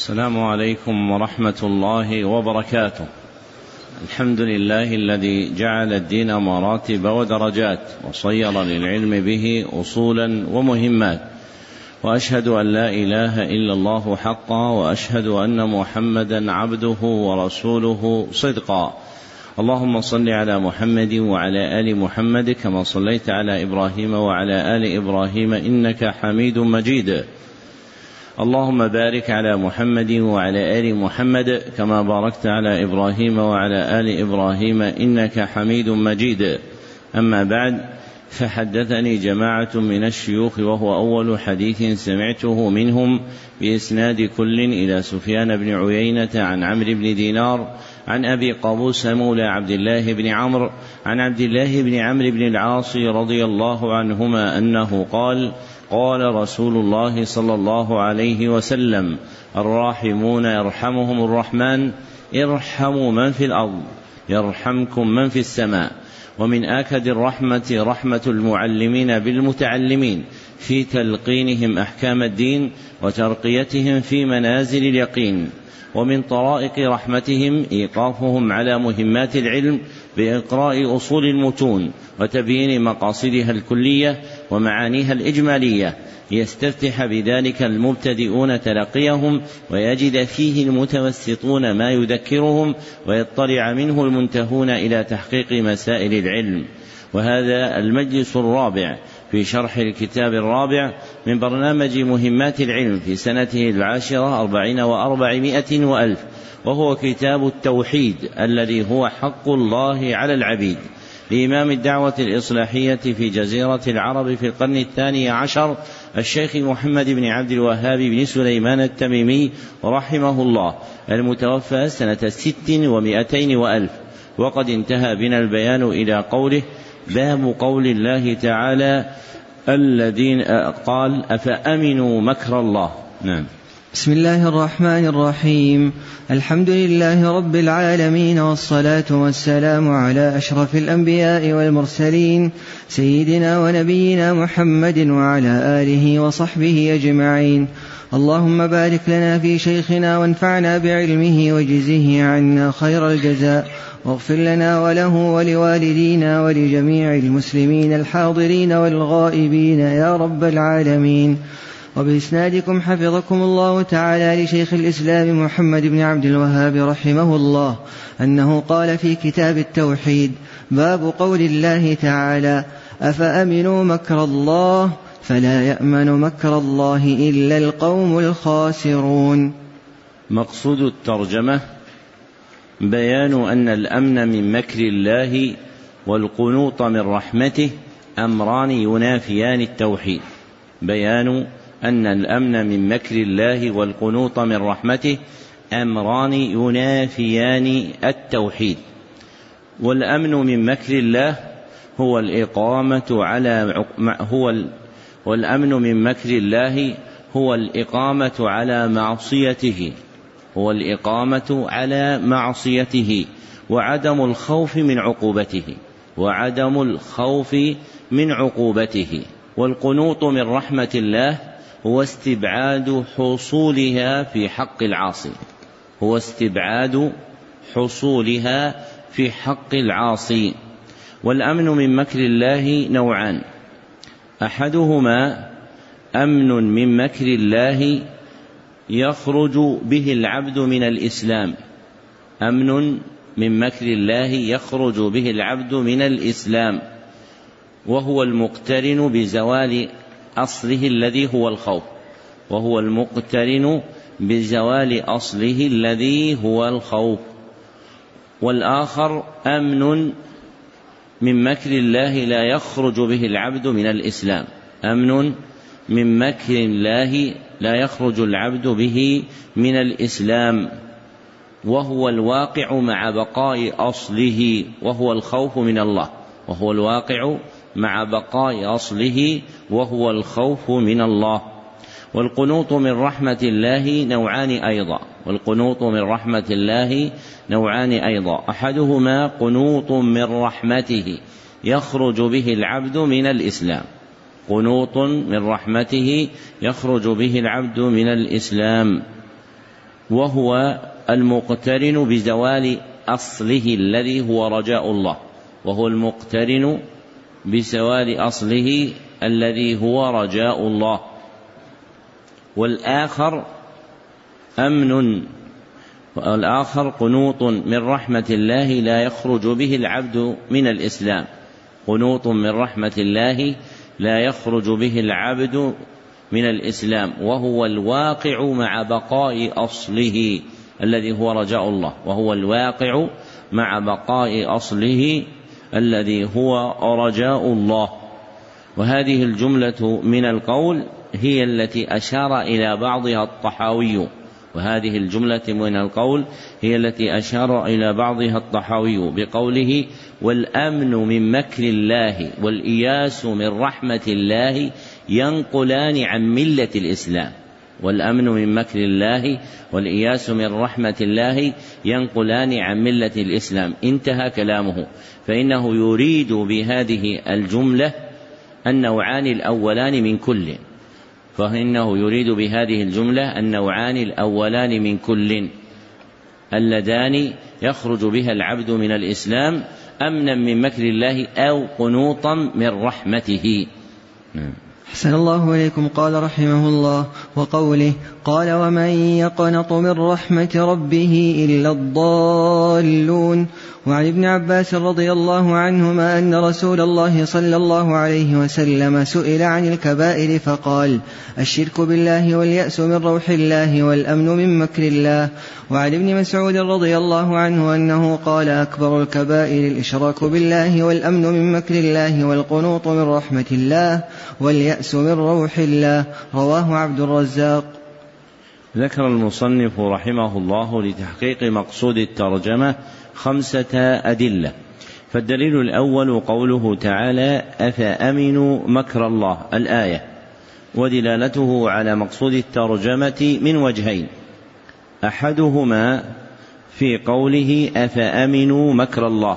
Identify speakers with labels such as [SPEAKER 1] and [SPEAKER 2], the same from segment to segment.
[SPEAKER 1] السلام عليكم ورحمة الله وبركاته. الحمد لله الذي جعل الدين مراتب ودرجات وصير للعلم به أصولا ومهمات، وأشهد أن لا إله إلا الله حقا، وأشهد أن محمدا عبده ورسوله صدقا. اللهم صل على محمد وعلى آل محمد كما صليت على إبراهيم وعلى آل إبراهيم إنك حميد مجيد. اللهم بارك على محمد وعلى آل محمد كما باركت على إبراهيم وعلى آل إبراهيم إنك حميد مجيد. أما بعد، فحدثني جماعة من الشيوخ وهو أول حديث سمعته منهم بإسناد كل إلى سفيان بن عيينة عن عمرو بن دينار عن أبي قابوس مولى عبد الله بن عمرو عن عبد الله بن عمرو بن العاص رضي الله عنهما أنه قال: قال رسول الله صلى الله عليه وسلم: الراحمون يرحمهم الرحمن، ارحموا من في الأرض يرحمكم من في السماء. ومن آكد الرحمة رحمة المعلمين بالمتعلمين في تلقينهم أحكام الدين وترقيتهم في منازل اليقين. ومن طرائق رحمتهم إيقافهم على مهمات العلم بإقراء أصول المتون وتبيين مقاصدها الكلية ومعانيها الإجمالية، يستفتح بذلك المبتدئون تلقيهم ويجد فيه المتوسطون ما يذكرهم، ويطلع منه المنتهون إلى تحقيق مسائل العلم. وهذا المجلس الرابع في شرح الكتاب الرابع من برنامج مهمات العلم في سنته 40 و400 وألف، وهو كتاب التوحيد الذي هو حق الله على العبيد لإمام الدعوة الإصلاحية في جزيرة العرب في القرن 12 الشيخ محمد بن عبد الوهاب بن سليمان التميمي رحمه الله، المتوفى سنة 600 وألف. وقد انتهى بنا البيان إلى قوله: باب قول الله تعالى: الذين قال: أفأمنوا مكر الله. نعم.
[SPEAKER 2] بسم الله الرحمن الرحيم. الحمد لله رب العالمين، والصلاة والسلام على أشرف الأنبياء والمرسلين، سيدنا ونبينا محمد وعلى آله وصحبه أجمعين. اللهم بارك لنا في شيخنا وانفعنا بعلمه وجزه عنا خير الجزاء، واغفر لنا وله ولوالدينا ولجميع المسلمين الحاضرين والغائبين يا رب العالمين. وبإسنادكم حفظكم الله تعالى لشيخ الإسلام محمد بن عبد الوهاب رحمه الله أنه قال في كتاب التوحيد: باب قول الله تعالى: أفأمنوا مكر الله فلا يأمن مكر الله إلا القوم الخاسرون.
[SPEAKER 1] مقصود الترجمة بيان أن الأمن من مكر الله والقنوط من رحمته أمران ينافيان التوحيد. بيان أن الأمن من مكر الله والقنوط من رحمته أمران ينافيان التوحيد. والأمن من مكر الله هو الإقامة على معصيته وعدم الخوف من عقوبته. والقنوط من رحمة الله هو استبعاد حصولها في حق العاصي. والأمن من مكر الله نوعان: أحدهما أمن من مكر الله يخرج به العبد من الإسلام، وهو المقترن بزوال أصله الذي هو الخوف. والآخر أمن من مكر الله لا يخرج به العبد من الإسلام، من الإسلام، وهو الواقع مع بقاء أصله، وهو الخوف من الله، وهو الخوف من الله. والقنوط من رحمة الله نوعان أيضا: أحدهما قنوط من رحمته يخرج به العبد من الإسلام، وهو المقترن بزوال أصله الذي هو رجاء الله، وهو المقترن بزوال أصله الذي هو رجاء الله. والآخر أمن، والآخر قنوط من رحمة الله لا يخرج به العبد من الإسلام، قنوط من رحمة الله لا يخرج به العبد من الإسلام، وهو الواقع مع بقاء أصله الذي هو رجاء الله، وهو الواقع مع بقاء أصله الذي هو رجاء الله. وهذه الجملة من القول هي التي أشار إلى بعضها الطحاوي، وهذه الجملة من القول هي التي أشار إلى بعضها الطحاوي بقوله: والأمن من مكر الله والإياس من رحمة الله ينقلان عن ملة الإسلام. والأمن من مكر الله والإياس من رحمة الله ينقلان عن ملة الإسلام. انتهى كلامه. فإنه يريد بهذه الجملة النوعان الأولان من كل، فإنه يريد بهذه الجملة النوعان الأولان من كل اللذان يخرج بها العبد من الإسلام: أمنا من مكر الله أو قنوطا من رحمته.
[SPEAKER 2] أحسن الله إليكم. قال رحمه الله: وقوله قال: ومن يقنط من رحمة ربه إلا الضالون. وعن ابن عباس رضي الله عنهما أن رسول الله صلى الله عليه وسلم سئل عن الكبائر فقال: الشرك بالله واليأس من روح الله والأمن من مكر الله. وعن ابن مسعود رضي الله عنه أنه قال: أكبر الكبائر الإشراك بالله والأمن من مكر الله والقنوط من رحمة الله واليأس من روح الله. رواه عبد الرزاق.
[SPEAKER 1] ذكر المصنف رحمه الله لتحقيق مقصود الترجمة 5 أدلة. فالدليل الأول قوله تعالى: أفأمنوا مكر الله، الآية، ودلالته على مقصود الترجمة من وجهين: أحدهما في قوله أفأمنوا مكر الله،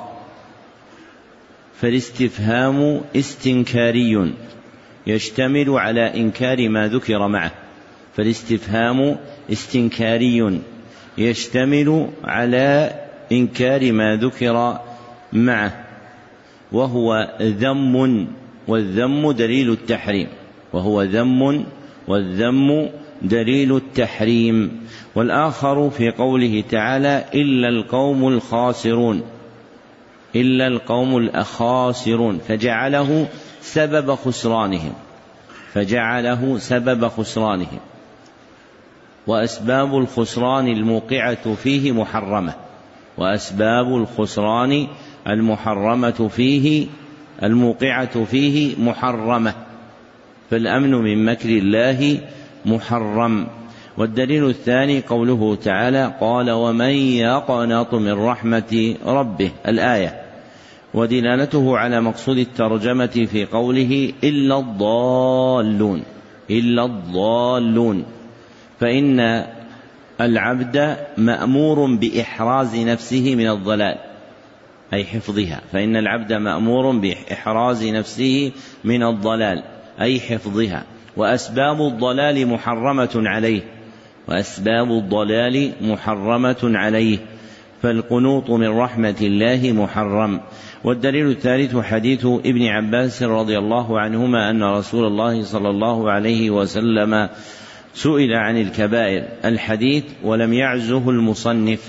[SPEAKER 1] فالاستفهام استنكاري يشتمل على إنكار ما ذكر معه، فالاستفهام استنكاري يشتمل على إنكار ما ذكر معه، وهو ذم، والذم دليل التحريم، وهو ذم والذم دليل التحريم. والآخر في قوله تعالى: إلا القوم الخاسرون، إلا القوم الخاسرون، فجعله سبب خسرانهم، فجعله سبب خسرانهم. وأسباب الخسران الموقعة فيه محرمة، وأسباب الخسران المحرمة فيه الموقعة فيه محرمة، فالأمن من مكر الله محرم. والدليل الثاني قوله تعالى: قال: ومن يقنط من رحمة ربه، الآية، ودلالته على مقصود الترجمة في قوله: إلا الضالون، إلا الضالون، فإن العبد مأمور بإحراز نفسه من الضلال، أي حفظها، فإن العبد مأمور بإحراز نفسه من الضلال أي حفظها. وأسباب الضلال محرمة عليه، وأسباب الضلال محرمة عليه، فالقنوط من رحمة الله محرم. والدليل الثالث حديث ابن عباس رضي الله عنهما أن رسول الله صلى الله عليه وسلم سئل عن الكبائر، الحديث، ولم يعزه المصنف،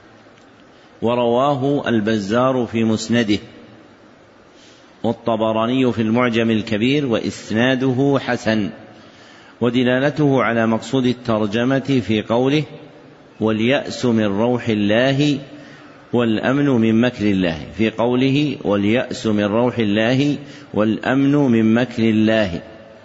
[SPEAKER 1] ورواه البزار في مسنده والطبراني في المعجم الكبير وإسناده حسن. ودلالته على مقصود الترجمة في قوله: واليأس من روح الله والأمن من مكر الله، في قوله: واليأس من روح الله والأمن من مكر الله،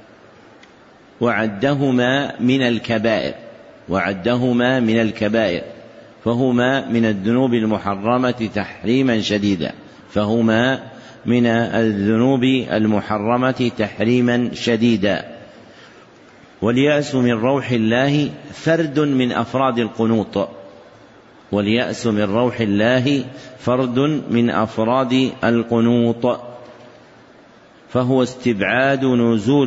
[SPEAKER 1] وعدهما من الكبائر، وعدهما من الكبائر، فهما من الذنوب المحرمة تحريما شديدا، فهما من الذنوب المحرمة تحريما شديدا. واليأس من روح الله فرد من أفراد القنوط، واليأس من روح الله فرد من أفراد القنوط، فهو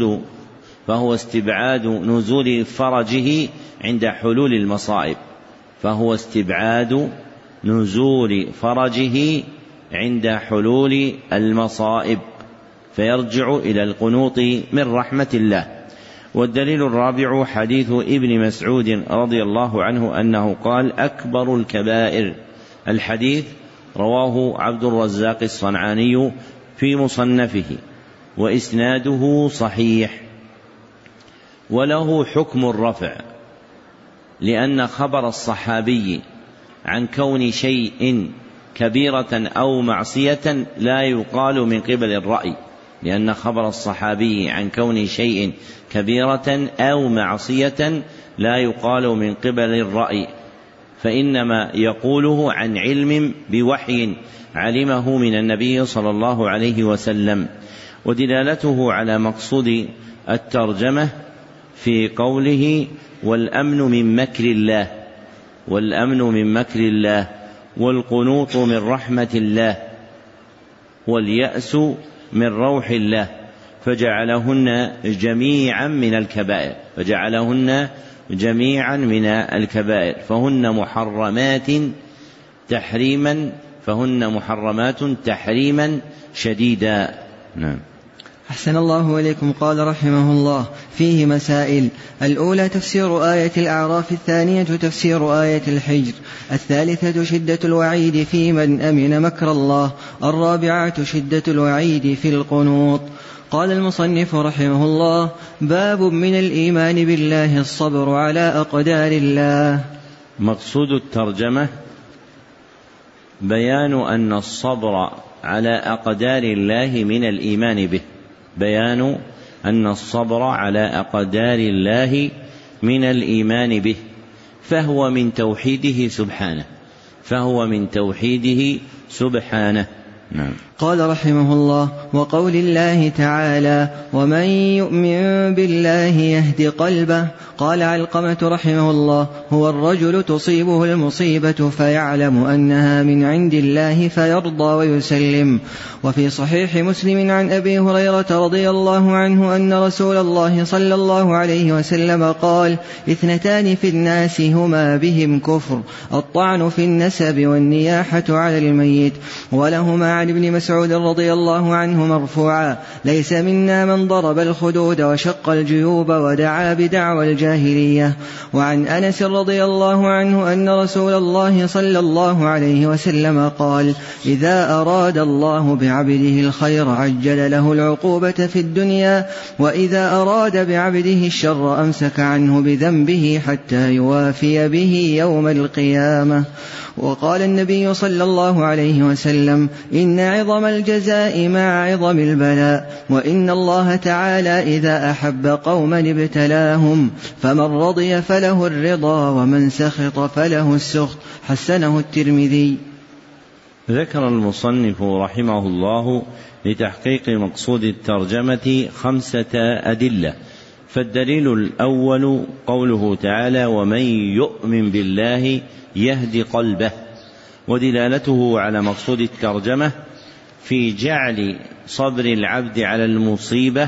[SPEAKER 1] استبعاد نزول فرجه عند حلول المصائب، فهو استبعاد نزول فرجه عند حلول المصائب، فيرجع إلى القنوط من رحمة الله. والدليل الرابع حديث ابن مسعود رضي الله عنه أنه قال: أكبر الكبائر. الحديث رواه عبد الرزاق الصنعاني في مصنفه، وإسناده صحيح، وله حكم الرفع، لأن خبر الصحابي عن كون شيء كبيرة أو معصية لا يقال من قبل الرأي، لأن خبر الصحابي عن كون شيء كبيرة أو معصية لا يقال من قبل الرأي، فإنما يقوله عن علم بوحي علمه من النبي صلى الله عليه وسلم. ودلالته على مقصود الترجمة في قوله: والأمن من مكر الله، والأمن من مكر الله، والقنوط من رحمة الله، واليأس من روح الله، فجعلهن جميعا من الكبائر، فجعلهن جميعا من الكبائر، فهن محرمات تحريما شديدا. نعم.
[SPEAKER 2] أحسن الله إليكم. قال رحمه الله: فيه مسائل. الأولى تفسير آية الأعراف، الثانية تفسير آية الحجر، الثالثة شدة الوعيد في من أمن مكر الله، الرابعة شدة الوعيد في القنوط. قال المصنف رحمه الله: باب من الإيمان بالله الصبر على أقدار الله.
[SPEAKER 1] مقصود الترجمة بيان أن الصبر على أقدار الله من الإيمان به، بيان أن الصبر على أقدار الله من الإيمان به، فهو من توحيده سبحانه، فهو من توحيده سبحانه. نعم.
[SPEAKER 2] قال رحمه الله: وقول الله تعالى: ومن يؤمن بالله يهد قلبه. قال علقمة رحمه الله: هو الرجل تصيبه المصيبة فيعلم أنها من عند الله فيرضى ويسلم. وفي صحيح مسلم عن أبي هريرة رضي الله عنه أن رسول الله صلى الله عليه وسلم قال: اثنتان في الناس هما بهم كفر: الطعن في النسب والنياحة على الميت. ولهما عن ابن مسعود رضي الله عنه مرفوعا: ليس منا من ضرب الخدود وشق الجيوب ودعا بدعوى الجاهلية. وعن أنس رضي الله عنه أن رسول الله صلى الله عليه وسلم قال: إذا أراد الله بعبده الخير عجل له العقوبة في الدنيا، وإذا أراد بعبده الشر أمسك عنه بذنبه حتى يوافي به يوم القيامة. وقال النبي صلى الله عليه وسلم: إن عظم الجزاء مع عظم البلاء، وإن الله تعالى إذا أحب قوما ابتلاهم، فمن رضي فله الرضا ومن سخط فله السخط. حسنه الترمذي.
[SPEAKER 1] ذكر المصنف رحمه الله لتحقيق مقصود الترجمة 5 أدلة. فالدليل الأول قوله تعالى: ومن يؤمن بالله يهدي قلبه، ودلالته على مقصود الترجمة في جعل صبر العبد على المصيبة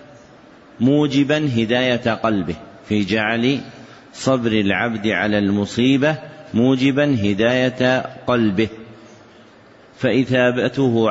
[SPEAKER 1] موجبا هداية قلبه، في جعل صبر العبد على المصيبة موجبا هداية قلبه، فإثابته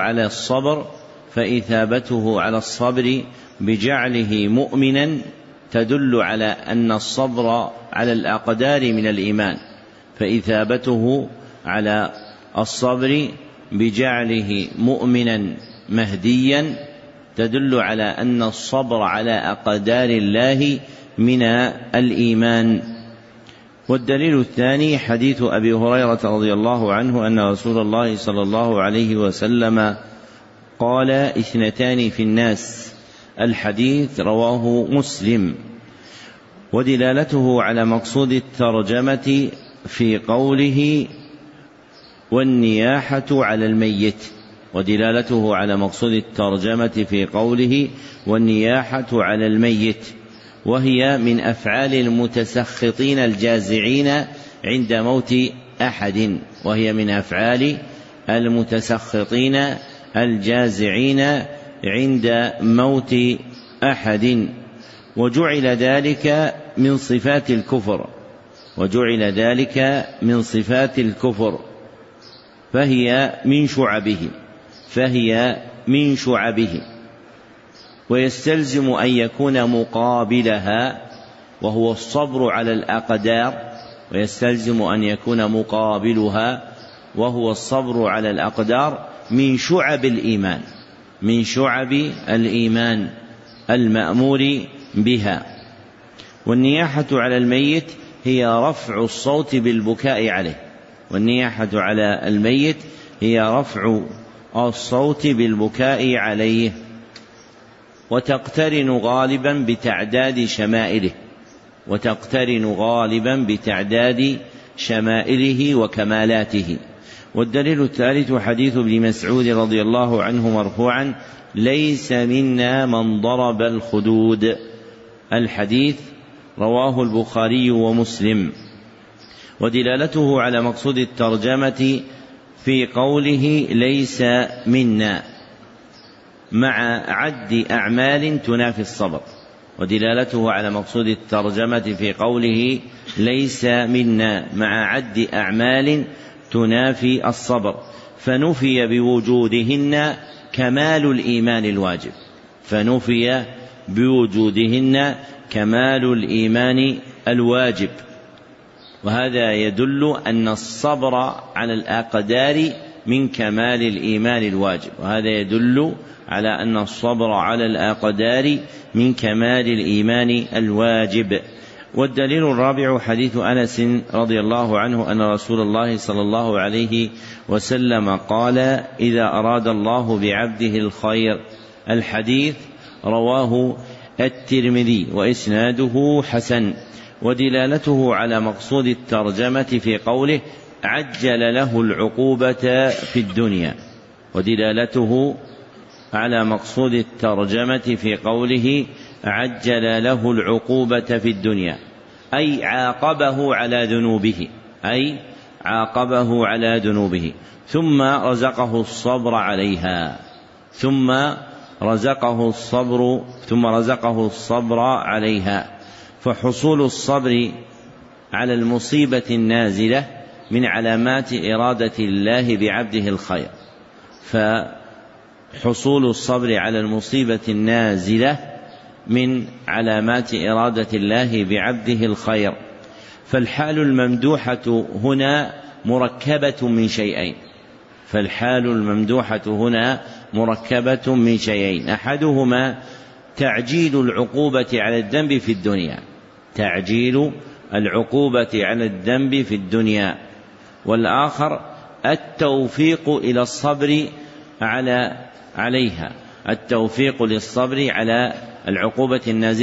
[SPEAKER 1] على الصبر بجعله مؤمنا تدل على أن الصبر على الأقدار من الإيمان، فإثابته على الصبر بجعله مؤمنا مهديا تدل على أن الصبر على أقدار الله من الإيمان. والدليل الثاني حديث أبي هريرة رضي الله عنه أن رسول الله صلى الله عليه وسلم قال: اثنتان في الناس. الحديث رواه مسلم. ودلالته على مقصود الترجمة في قوله: والنياحة على الميت، ودلالته على مقصود الترجمة في قوله: والنياحة على الميت، وهي من أفعال المتسخطين الجازعين عند موت أحد، وهي من أفعال المتسخطين الجازعين عند موت أحد. وجعل ذلك من صفات الكفر، وجعل ذلك من صفات الكفر، فهي من شعبه، ويستلزم أن يكون مقابلها وهو الصبر على الأقدار، ويستلزم أن يكون مقابلها وهو الصبر على الأقدار من شعب الإيمان المأمور بها. والنياحة على الميت هي رفع الصوت بالبكاء عليه، والنياحة على الميت هي رفع الصوت بالبكاء عليه، وتقترن غالبا بتعداد شمائله وكمالاته. والدليل الثالث حديث ابن مسعود رضي الله عنه مرفوعا: ليس منا من ضرب الخدود. الحديث رواه البخاري ومسلم. ودلالته على مقصود الترجمة في قوله ليس منا مع عد أعمال تنافي الصبر، ودلالته على مقصود الترجمة في قوله ليس منا مع عد أعمال تنافي الصبر، فنفي بوجودهن كمال الإيمان الواجب، وهذا يدل أن الصبر على الأقدار من كمال الإيمان الواجب. والدليل الرابع حديث أنس رضي الله عنه أن رسول الله صلى الله عليه وسلم قال: إذا أراد الله بعبده الخير. الحديث رواه الترمذي وإسناده حسن. ودلالته على مقصود الترجمة في قوله عجل له العقوبة في الدنيا، ودلالته على مقصود الترجمة في قوله عجل له العقوبة في الدنيا أي عاقبه على ذنوبه ثم رزقه الصبر عليها. فحصول الصبر على المصيبة النازلة من علامات إرادة الله بعبده الخير، فحصول الصبر على المصيبة النازلة من علامات إرادة الله بعبده الخير. فالحال الممدوحة هنا مركبة من شيئين، أحدهما تعجيل العقوبة على الذنب في الدنيا، والآخر التوفيق إلى الصبر عليها، التوفيق للصبر على العقوبة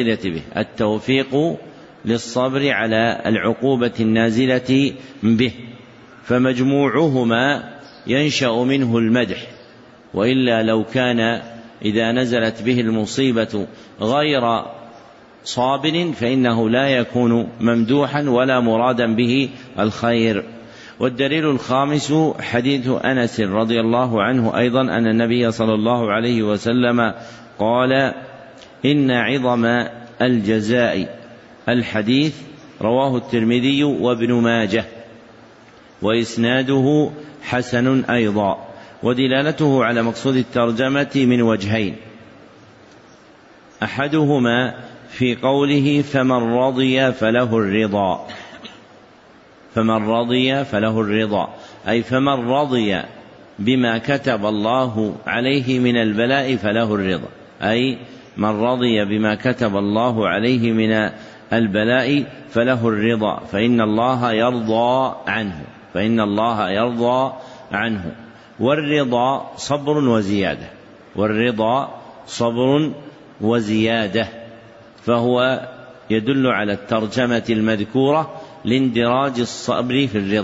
[SPEAKER 1] النازلة به فمجموعهما ينشأ منه المدح، وإلا لو كان إذا نزلت به المصيبة غير صابر فإنه لا يكون ممدوحا ولا مرادا به الخير. والدليل الخامس حديث أنس رضي الله عنه أيضا أن النبي صلى الله عليه وسلم قال: إن عظم الجزاء. الحديث رواه الترمذي وابن ماجه وإسناده حسن أيضا. ودلالته على مقصود الترجمة من وجهين: أحدهما في قوله فمن رضي فله الرضا، أي فمن رضي بما كتب الله عليه من البلاء فله الرضا، أي من رضي بما كتب الله عليه من البلاء فله الرضا، فإن الله يرضى عنه. والرضا صبر وزيادة، فهو يدل على الترجمة المذكورة لاندراج الصبر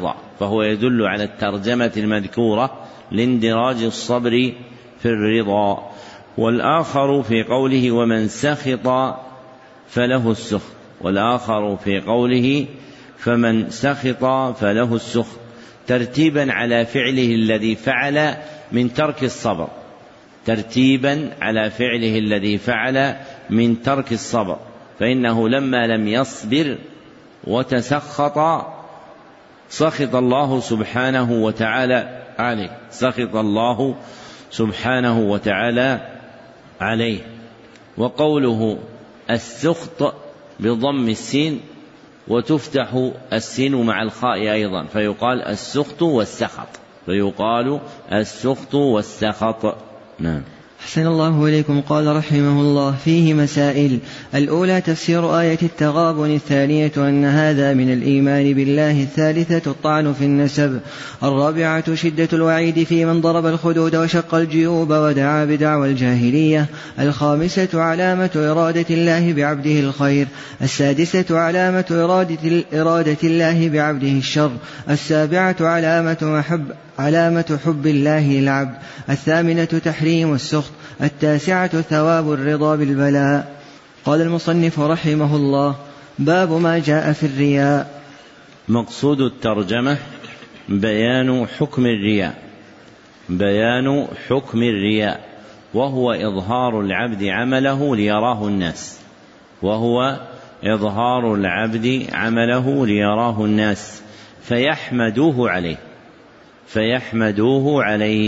[SPEAKER 1] في الرضا. والآخر في قوله ومن سخط فله السخط ترتيبا على فعله الذي فعل من ترك الصبر، فإنه لما لم يصبر وتسخط سخط الله سبحانه وتعالى عليه، سخط الله سبحانه وتعالى عليه. وقوله السخط بضم السين وتفتح السين مع الخاء أيضا، فيقال السخط والسخط، فيقال السخط والسخط. نعم.
[SPEAKER 2] أحسن الله إليكم. قال رحمه الله: فيه مسائل. الأولى تفسير آية التغابن. الثانية أن هذا من الإيمان بالله. الثالثة الطعن في النسب. الرابعة شدة الوعيد في من ضرب الخدود وشق الجيوب ودعا بدعوى الجاهلية. الخامسة علامة إرادة الله بعبده الخير. السادسة علامة إرادة الله بعبده الشر. السابعة علامة حب الله للعبد. الثامنة تحريم السخط. التاسعة ثواب الرضا بالبلاء. قال المصنف رحمه الله: باب ما جاء في الرياء.
[SPEAKER 1] مقصود الترجمة بيان حكم الرياء، بيان حكم الرياء، وهو إظهار العبد عمله ليراه الناس، وهو إظهار العبد عمله ليراه الناس فيحمدوه عليه، فيحمدوه عليه.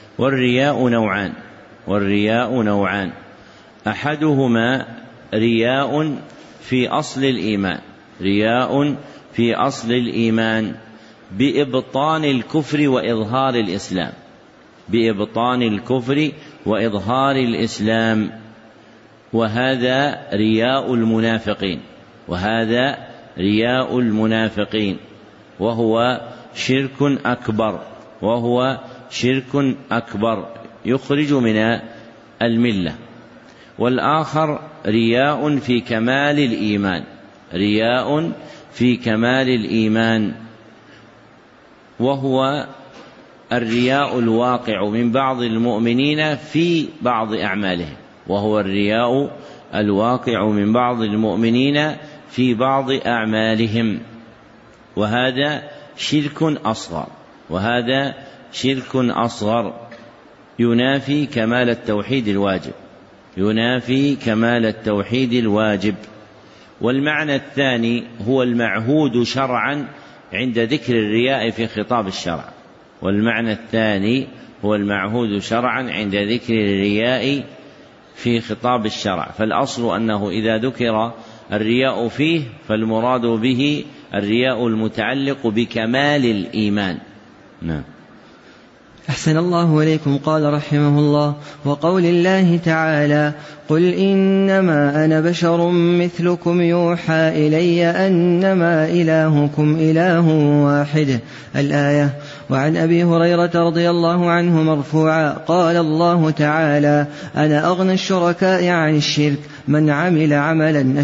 [SPEAKER 1] والرياء نوعان، أحدهما رياء في أصل الإيمان، رياء في أصل الإيمان بإبطان الكفر وإظهار الإسلام، بإبطان الكفر وإظهار الإسلام، وهذا رياء المنافقين، وهذا رياء المنافقين، وهو شرك أكبر، وهو شرك أكبر يخرج من الملة. والآخر رياء في كمال الإيمان، رياء في كمال الإيمان، وهو الرياء الواقع من بعض المؤمنين في بعض أعمالهم، وهو الرياء الواقع من بعض المؤمنين في بعض أعمالهم، وهذا شرك أصغر، وهذا شرك أصغر ينافي كمال التوحيد الواجب، ينافي كمال التوحيد الواجب. والمعنى الثاني هو المعهود شرعا عند ذكر الرياء في خطاب الشرع، والمعنى الثاني هو المعهود شرعا عند ذكر الرياء في خطاب الشرع. فالأصل أنه إذا ذكر الرياء فيه فالمراد به الرياء المتعلق بكمال الإيمان. نعم.
[SPEAKER 2] أحسن الله إليكم. قال رحمه الله: وقول الله تعالى: قل إنما أنا بشر مثلكم يوحى إلي أنما إلهكم إله واحد. الآية. وعن أبي هريرة رضي الله عنه مرفوعا قال الله تعالى: أنا أغنى الشركاء عن الشرك، من عمل عملا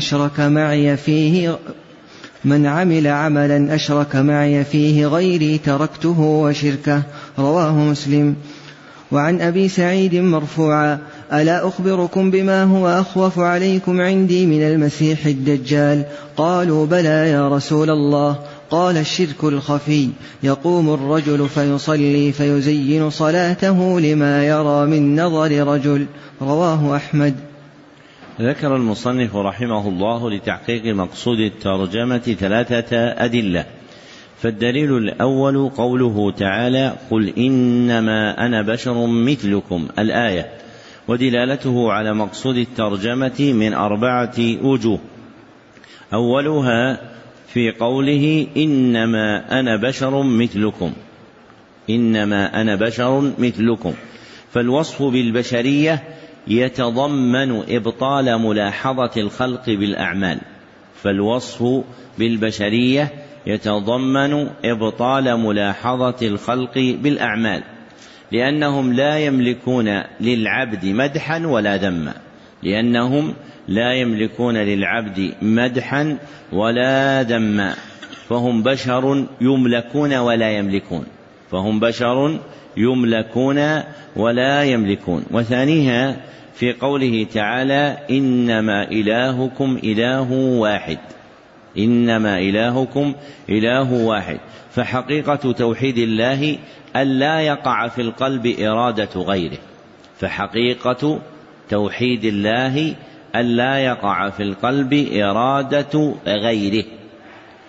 [SPEAKER 2] أشرك معي فيه غيري تركته وشركه. رواه مسلم. وعن أبي سعيد مرفوعا: ألا أخبركم بما هو أخوف عليكم عندي من المسيح الدجال؟ قالوا: بلى يا رسول الله. قال: الشرك الخفي، يقوم الرجل فيصلي فيزين صلاته لما يرى من نظر رجل. رواه أحمد.
[SPEAKER 1] ذكر المصنف رحمه الله لتحقيق مقصود الترجمة 3 أدلة. فالدليل الأول قوله تعالى: قل إنما أنا بشر مثلكم، الآية، ودلالته على مقصود الترجمة من 4 وجوه. أولها في قوله إنما أنا بشر مثلكم، إنما أنا بشر مثلكم، فالوصف بالبشرية يتضمن إبطال ملاحظة الخلق بالأعمال، فالوصف بالبشرية يتضمن إبطال ملاحظة الخلق بالأعمال، لأنهم لا يملكون للعبد مدحا ولا ذما، لأنهم لا يملكون للعبد مدحا ولا ذما، فهم بشر يملكون ولا يملكون، فهم بشر يملكون ولا يملكون. وثانيها في قوله تعالى: إنما إلهكم إله واحد، إنما إلهكم إله واحد، فحقيقة توحيد الله ألا يقع في القلب إرادة غيره، فحقيقة توحيد الله ألا يقع في القلب إرادة غيره،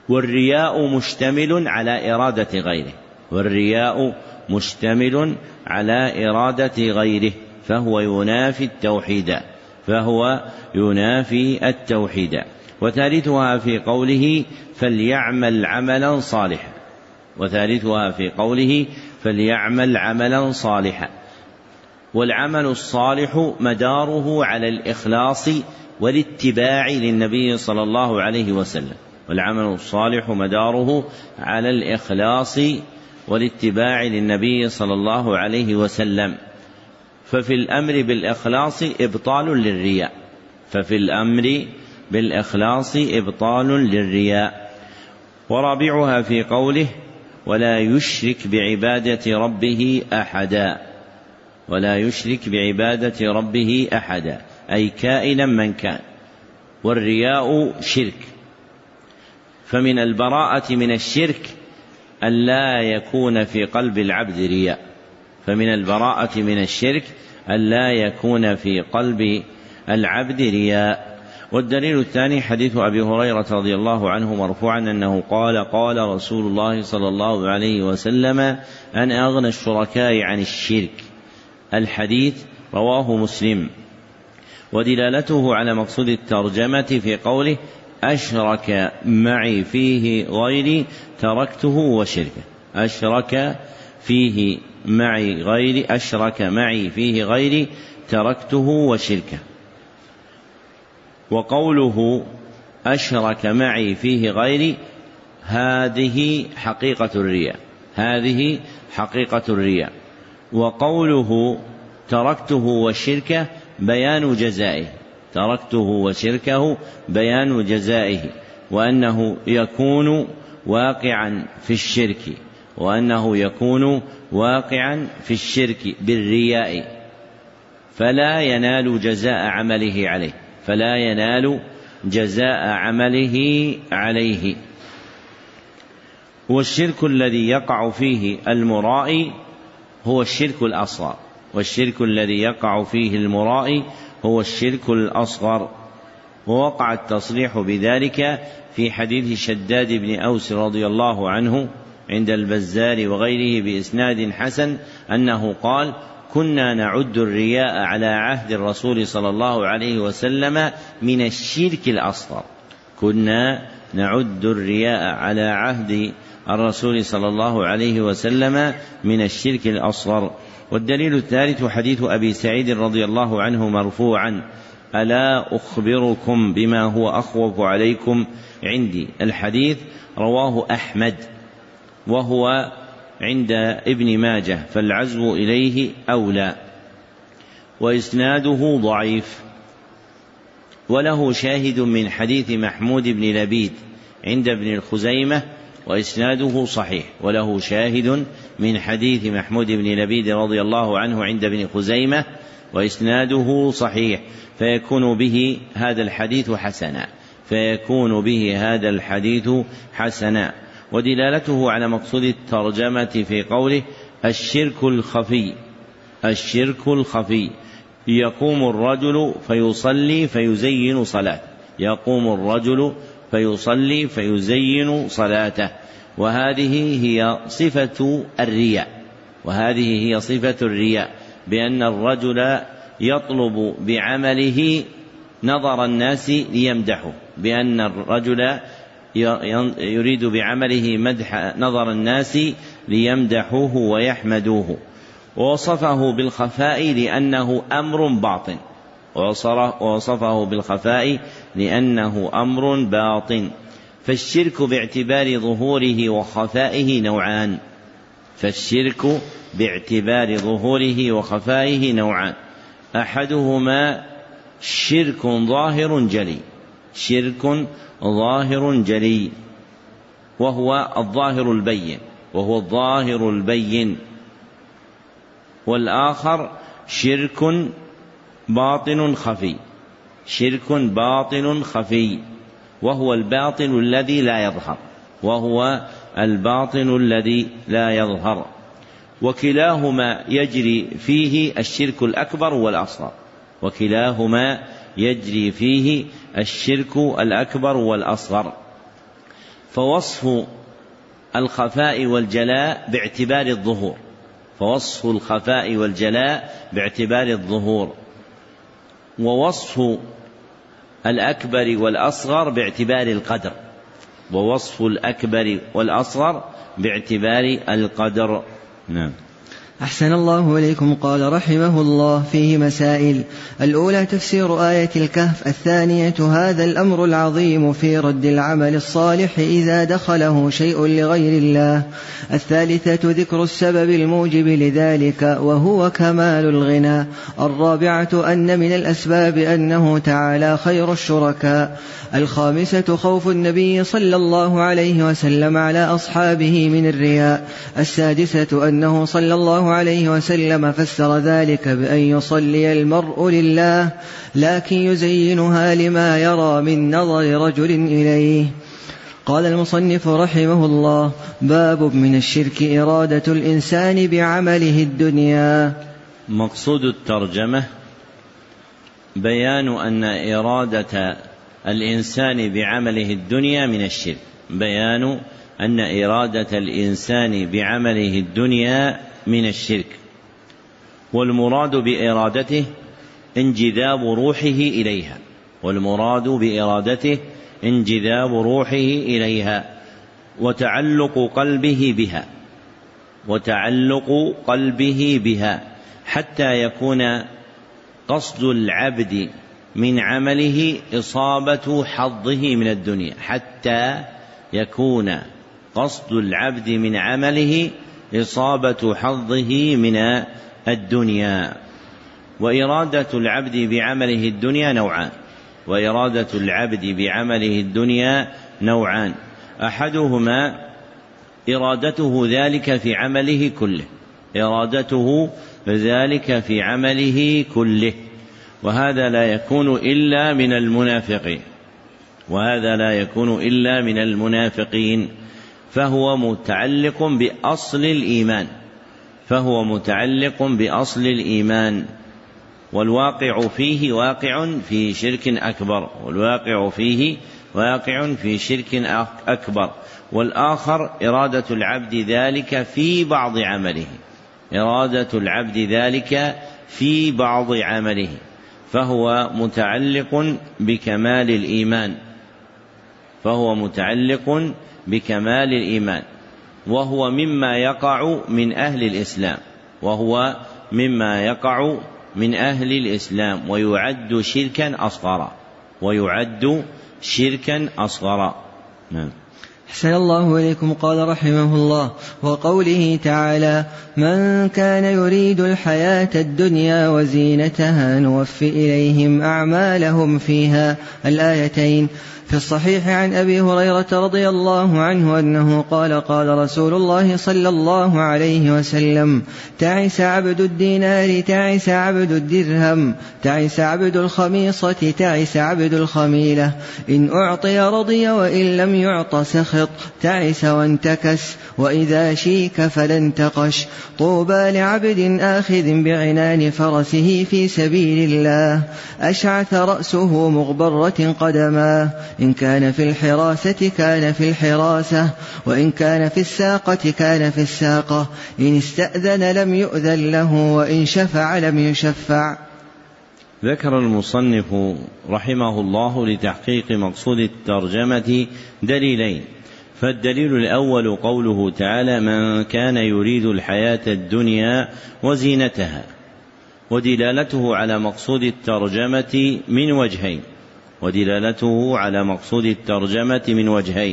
[SPEAKER 1] والرياء مشتمل على إرادة غيره، والرياء مشتمل على إرادة غيره، فهو ينافي التوحيد. وثالثها في قوله فليعمل عملا صالحا، والعمل الصالح مداره على الإخلاص والاتباع للنبي صلى الله عليه وسلم، والعمل الصالح مداره على الإخلاص والاتباع للنبي صلى الله عليه وسلم. ففي الأمر بالإخلاص إبطال للرياء. ورابعها في قوله ولا يشرك بعبادة ربه أحدا، أي كائنا من كان. والرياء شرك، فمن البراءة من الشرك أن لا يكون في قلب العبد رياء. والدليل الثاني حديث أبي هريرة رضي الله عنه مرفوعا أنه قال رسول الله صلى الله عليه وسلم أنا أغنى الشركاء عن الشرك. الحديث رواه مسلم. ودلالته على مقصود الترجمة في قوله أشرك معي فيه غيري تركته وشركه، أشرك معي فيه غيري تركته وشركه. وقوله أشرك معي فيه غيري هذه حقيقة الرياء. وقوله تركته وشركه بيان جزائه، وأنه يكون واقعا في الشرك بالرياء، فلا ينال جزاء عمله عليه. والشرك الذي يقع فيه المرائي هو الشرك الأصغر، ووقع التصريح بذلك في حديث شداد بن أوس رضي الله عنه عند البزار وغيره بإسناد حسن أنه قال كنا نعد الرياء على عهد الرسول صلى الله عليه وسلم من الشرك الأصغر. والدليل الثالث حديث أبي سعيد رضي الله عنه مرفوعا ألا أخبركم بما هو أخوف عليكم عندي. الحديث رواه أحمد وهو عند ابن ماجه، فالعزو إليه أولى. وإسناده ضعيف، وله شاهد من حديث محمود بن لبيد عند ابن الخزيمة وإسناده صحيح، وله شاهد من حديث محمود بن لبيد رضي الله عنه عند ابن خزيمة وإسناده صحيح، فيكون به هذا الحديث حسنا. ودلالته على مقصود الترجمة في قوله الشرك الخفي يقوم الرجل فيزين صلاته، وهذه هي صفة الرياء، بأن الرجل يطلب بعمله نظر الناس ليمدحه، بأن الرجل يريد بعمله مدح نظر الناس ليمدحوه ويحمدوه. ووصفه بالخفاء لأنه أمر باطن. فالشرك باعتبار ظهوره وخفائه نوعان، أحدهما شرك ظاهر جلي وهو الظاهر البين، والآخر شرك باطن خفي وهو الباطن الذي لا يظهر، وكلاهما يجري فيه الشرك الأكبر والأصغر. فوصف الخفاء والجلاء باعتبار الظهور، فوصف الخفاء والجلاء باعتبار الظهور، ووصف الأكبر والأصغر باعتبار القدر، ووصف الأكبر والأصغر باعتبار القدر. نعم.
[SPEAKER 2] أحسن الله إليكم. قال رحمه الله: فيه مسائل. الأولى تفسير آية الكهف. الثانية هذا الأمر العظيم في رد العمل الصالح إذا دخله شيء لغير الله. الثالثة ذكر السبب الموجب لذلك وهو كمال الغنى. الرابعة أن من الأسباب أنه تعالى خير الشركاء. الخامسة خوف النبي صلى الله عليه وسلم على أصحابه من الرياء. السادسة أنه صلى الله عليه وسلم فسر ذلك بأن يصلي المرء لله لكن يزينها لما يرى من نظر رجل إليه. قال المصنف رحمه الله: باب من الشرك إرادة الإنسان بعمله الدنيا.
[SPEAKER 1] مقصود الترجمة بيان أن إرادة الإنسان بعمله الدنيا من الشرك، بيان أن إرادة الإنسان بعمله الدنيا من الشرك، والمراد بإرادته انجذاب روحه إليها، والمراد بإرادته انجذاب روحه إليها وتعلق قلبه بها، وتعلق قلبه بها، حتى يكون قصد العبد من عمله إصابة حظه من الدنيا، حتى يكون قصد العبد من عمله إصابة حظه من الدنيا. وإرادة العبد بعمله الدنيا نوعان، وإرادة العبد بعمله الدنيا نوعان: أحدهما إرادته ذلك في عمله كله، إرادته ذلك في عمله كله، وهذا لا يكون إلا من المنافقين، وهذا لا يكون إلا من المنافقين، فهو متعلق بأصل الإيمان، فهو متعلق بأصل الإيمان، والواقع فيه واقع في شرك أكبر، والواقع فيه واقع في شرك أكبر. والآخر إرادة العبد ذلك في بعض عمله، إرادة العبد ذلك في بعض عمله، فهو متعلق بكمال الإيمان، فهو متعلق بكمال الإيمان، وهو مما يقع من أهل الإسلام، وهو مما يقع من أهل الإسلام، ويعد شركا أصغرا، ويعد شركا أصغرا. نعم.
[SPEAKER 2] أحسن الله إليكم. قال رحمه الله: وقوله تعالى: من كان يريد الحياة الدنيا وزينتها نوفي إليهم أعمالهم فيها. الآيتين. في الصحيح عن أبي هريرة رضي الله عنه أنه قال: قال رسول الله صلى الله عليه وسلم: تعس عبد الدينار، تعس عبد الدرهم، تعس عبد الخميصة، تعس عبد الخميلة، إن أعطي رضي وإن لم يعط سخط، تعس وانتكس، وإذا شيك فلا انتقش. طوبى لعبد آخذ بعنان فرسه في سبيل الله، أشعث رأسه مغبرة قدماه، إن كان في الحراسة كان في الحراسة، وإن كان في الساقة كان في الساقة، إن استأذن لم يؤذن له، وإن شفع لم يشفع.
[SPEAKER 1] ذكر المصنف رحمه الله لتحقيق مقصود الترجمة دليلين: فالدليل الأول قوله تعالى: من كان يريد الحياة الدنيا وزينتها، ودلالته على مقصود الترجمة من وجهين، ودلالته على مقصود الترجمة من وجهين: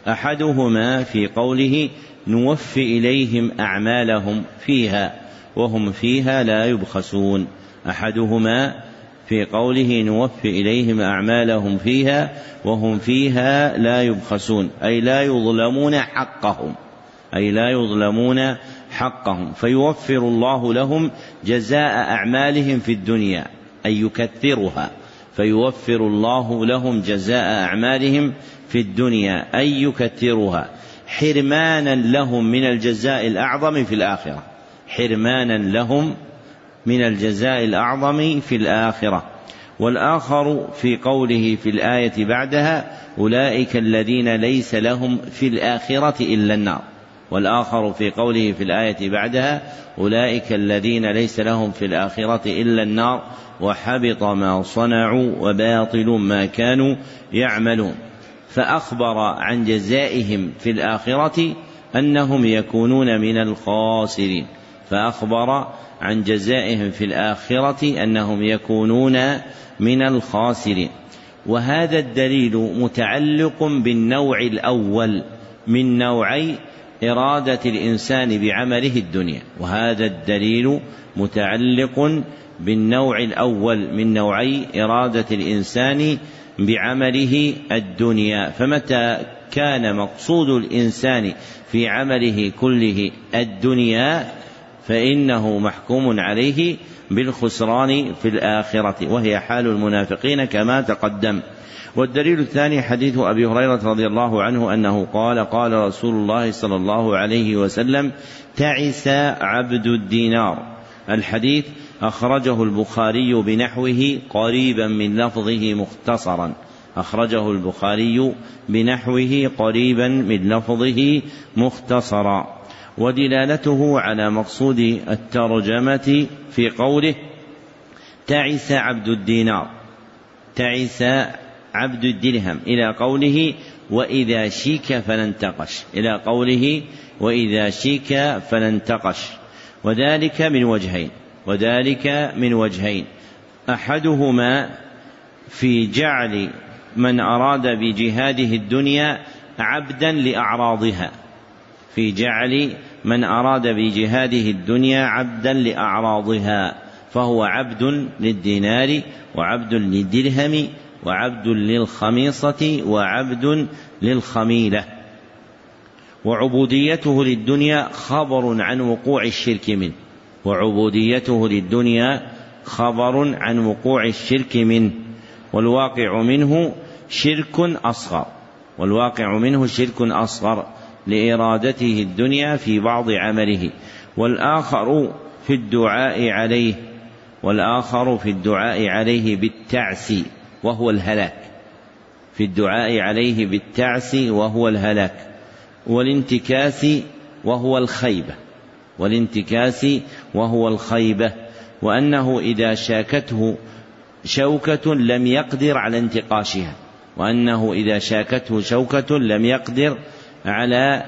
[SPEAKER 1] أحدهما في قوله: نوفي إليهم أعمالهم فيها وهم فيها لا يبخسون، أحدهما في قوله: نوفي إليهم أعمالهم فيها وهم فيها لا يبخسون، أي لا يظلمون حقهم، أي لا يظلمون حقهم، فيوفر الله لهم جزاء أعمالهم في الدنيا، أي يكثرها، فيوفر الله لهم جزاء أعمالهم في الدنيا أي يكثرها، حرمانا لهم من الجزاء الأعظم في الآخرة، حرمانا لهم من الجزاء الأعظم في الآخرة. والآخر في قوله في الآية بعدها أولئك الذين ليس لهم في الآخرة إلا النار. والآخر في قوله في الآية بعدها أولئك الذين ليس لهم في الآخرة إلا النار وحبط ما صنعوا وباطل ما كانوا يعملون. فأخبر عن جزائهم في الآخرة أنهم يكونون من الخاسرين. فأخبر عن جزائهم في الآخرة أنهم يكونون من الخاسرين. وهذا الدليل متعلق بالنوع الأول من نوعي إرادة الإنسان بعمله الدنيا. وهذا الدليل متعلق بالنوع الأول من نوعي إرادة الإنسان بعمله الدنيا. فمتى كان مقصود الإنسان في عمله كله الدنيا فإنه محكوم عليه بالخسران في الآخرة، وهي حال المنافقين كما تقدم. والدليل الثاني حديث أبي هريرة رضي الله عنه أنه قال قال رسول الله صلى الله عليه وسلم تعس عبد الدينار. الحديث أخرجه البخاري بنحوه قريبا من لفظه مختصرا. أخرجه البخاري بنحوه قريبا من لفظه مختصرا. ودلالته على مقصود الترجمة في قوله تعس عبد الدينار، تعس عبد الدرهم، إلى قوله وإذا شيك فلانتقش، إلى قوله وإذا شيك فلانتقش. وذلك من وجهين، أحدهما في جعل من أراد بجهاده الدنيا عبدا لأعراضها، في جعل من أراد بجهاده الدنيا عبدا لأعراضها، فهو عبد للدينار وعبد للدرهم وعبد للخميصة وعبد للخميلة. وعبوديته للدنيا خبر عن وقوع الشرك منه، وعبوديته للدنيا خبر عن وقوع الشرك منه، والواقع منه شرك أصغر، والواقع منه شرك أصغر لإرادته الدنيا في بعض عمله. والآخر في الدعاء عليه بالتعس وهو الهلاك، في الدعاء عليه بالتعس وهو الهلاك، والانتكاس وهو الخيبة، وأنه إذا شاكته شوكة لم يقدر على انتقاشها، وأنه إذا شاكته شوكة لم يقدر على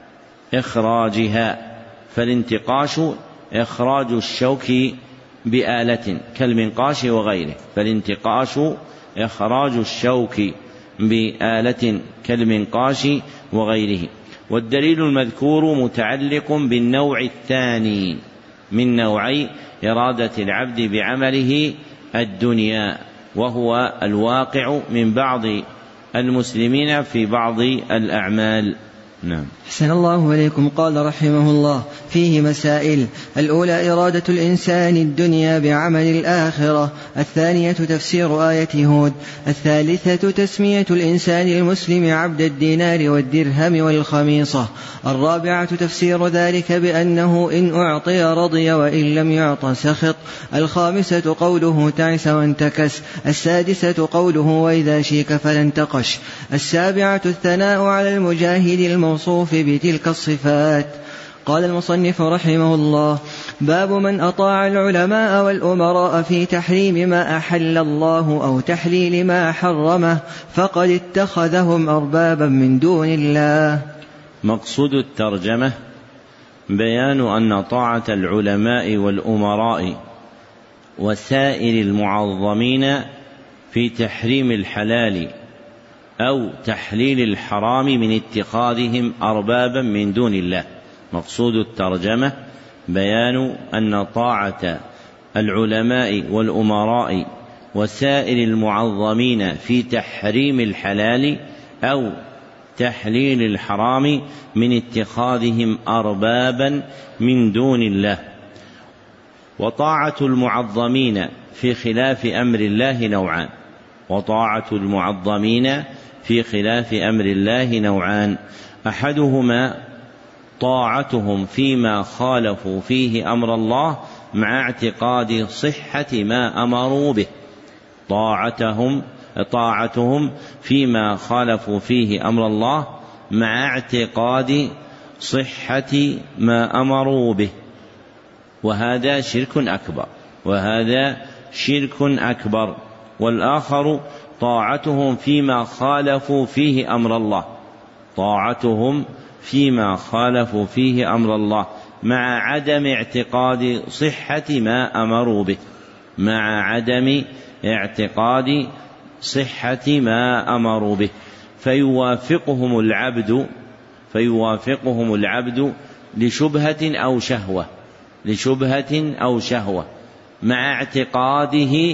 [SPEAKER 1] إخراجها. فالانتقاش إخراج الشوك بآلة كالمنقاش وغيره، فالانتقاش إخراج الشوك بآلة كالمنقاش وغيره. والدليل المذكور متعلق بالنوع الثاني من نوعي إرادة العبد بعمله الدنيا، وهو الواقع من بعض المسلمين في بعض الأعمال. نعم.
[SPEAKER 2] أحسن الله إليكم. قال رحمه الله فيه مسائل: الأولى إرادة الإنسان الدنيا بعمل الآخرة، الثانية تفسير آية هود، الثالثة تسمية الإنسان المسلم عبد الدينار والدرهم والخميصة، الرابعة تفسير ذلك بأنه إن أعطي رضي وإن لم يعط سخط، الخامسة قوله تعس وانتكس، السادسة قوله وإذا شيك فلانتقش، السابعة الثناء على المجاهد الموصوف بتلك الصفات. قال المصنف رحمه الله: باب من أطاع العلماء والأمراء في تحريم ما أحل الله أو تحليل ما حرمه فقد اتخذهم أربابا من دون الله.
[SPEAKER 1] مقصود الترجمة بيان أن طاعة العلماء والأمراء وسائر المعظمين في تحريم الحلال أو تحليل الحرام من اتخاذهم أربابا من دون الله. مقصود الترجمة بيان أن طاعة العلماء والأمراء وسائر المعظمين في تحريم الحلال أو تحليل الحرام من اتخاذهم أربابا من دون الله. وطاعة المعظمين في خلاف أمر الله نوعان، وطاعة المعظمين في خلاف أمر الله نوعان: أحدهما طاعتهم فيما خالفوا فيه أمر الله مع اعتقاد صحة ما أمروا به، طاعتهم فيما خالفوا فيه أمر الله مع اعتقاد صحة ما أمروا به، وهذا شرك أكبر. والآخر طاعتهم فيما خالفوا فيه أمر الله مع عدم اعتقاد صحة ما أمروا به فيوافقهم العبد لشبهة أو شهوة مع اعتقاده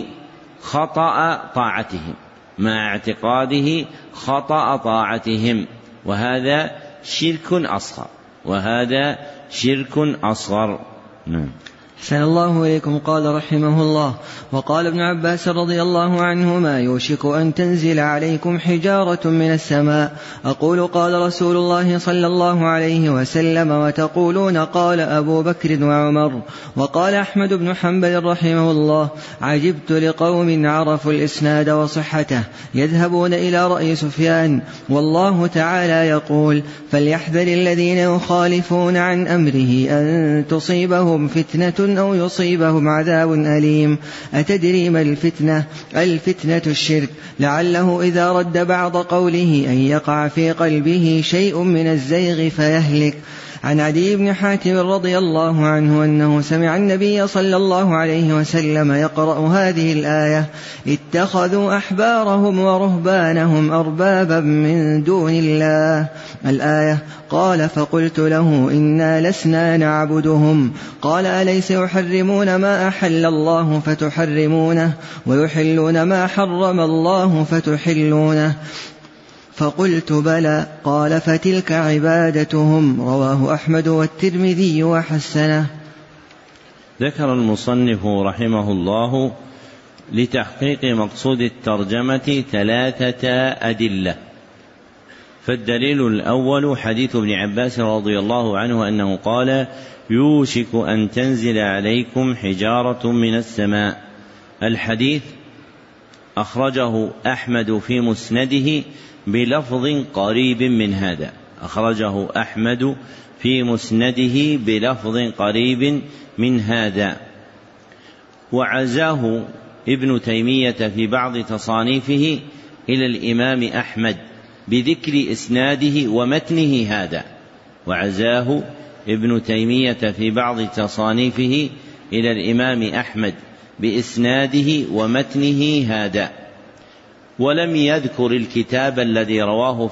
[SPEAKER 1] خطأ طاعتهم، وهذا شرك أصغر.
[SPEAKER 2] أحسن الله إليكم. قال رحمه الله: وقال ابن عباس رضي الله عنهما: يوشك أن تنزل عليكم حجارة من السماء. أقول قال رسول الله صلى الله عليه وسلم، وتقولون قال أبو بكر وعمر. وقال أحمد بن حنبل رحمه الله: عجبت لقوم عرفوا الإسناد وصحته يذهبون إلى رأي سفيان، والله تعالى يقول: فليحذر الذين يخالفون عن أمره أن تصيبهم فتنة أو يصيبهم عذاب أليم. أتدري ما الفتنة؟ الفتنة الشرك، لعله إذا رد بعض قوله أن يقع في قلبه شيء من الزيغ فيهلك. عن عدي بن حاتم رضي الله عنه أنه سمع النبي صلى الله عليه وسلم يقرأ هذه الآية: اتخذوا أحبارهم ورهبانهم أربابا من دون الله، الآية. قال: فقلت له: إنا لسنا نعبدهم. قال: أليس يحرمون ما أحل الله فتحرمونه ويحلون ما حرم الله فتحلونه؟ فقلت: بلى. قال: فتلك عبادتهم. رواه أحمد والترمذي وحسنه.
[SPEAKER 1] ذكر المصنف رحمه الله لتحقيق مقصود الترجمة 3 أدلة. فالدليل الأول حديث ابن عباس رضي الله عنه أنه قال: يوشك أن تنزل عليكم حجارة من السماء. الحديث أخرجه أحمد في مسنده بلفظ قريب من هذا وعزاه ابن تيمية في بعض تصانيفه إلى الإمام أحمد بذكر إسناده ومتنه هذا. وعزاه ابن تيمية في بعض تصانيفه إلى الإمام أحمد بإسناده ومتنه هذا، ولم يذكر الكتاب الذي رواه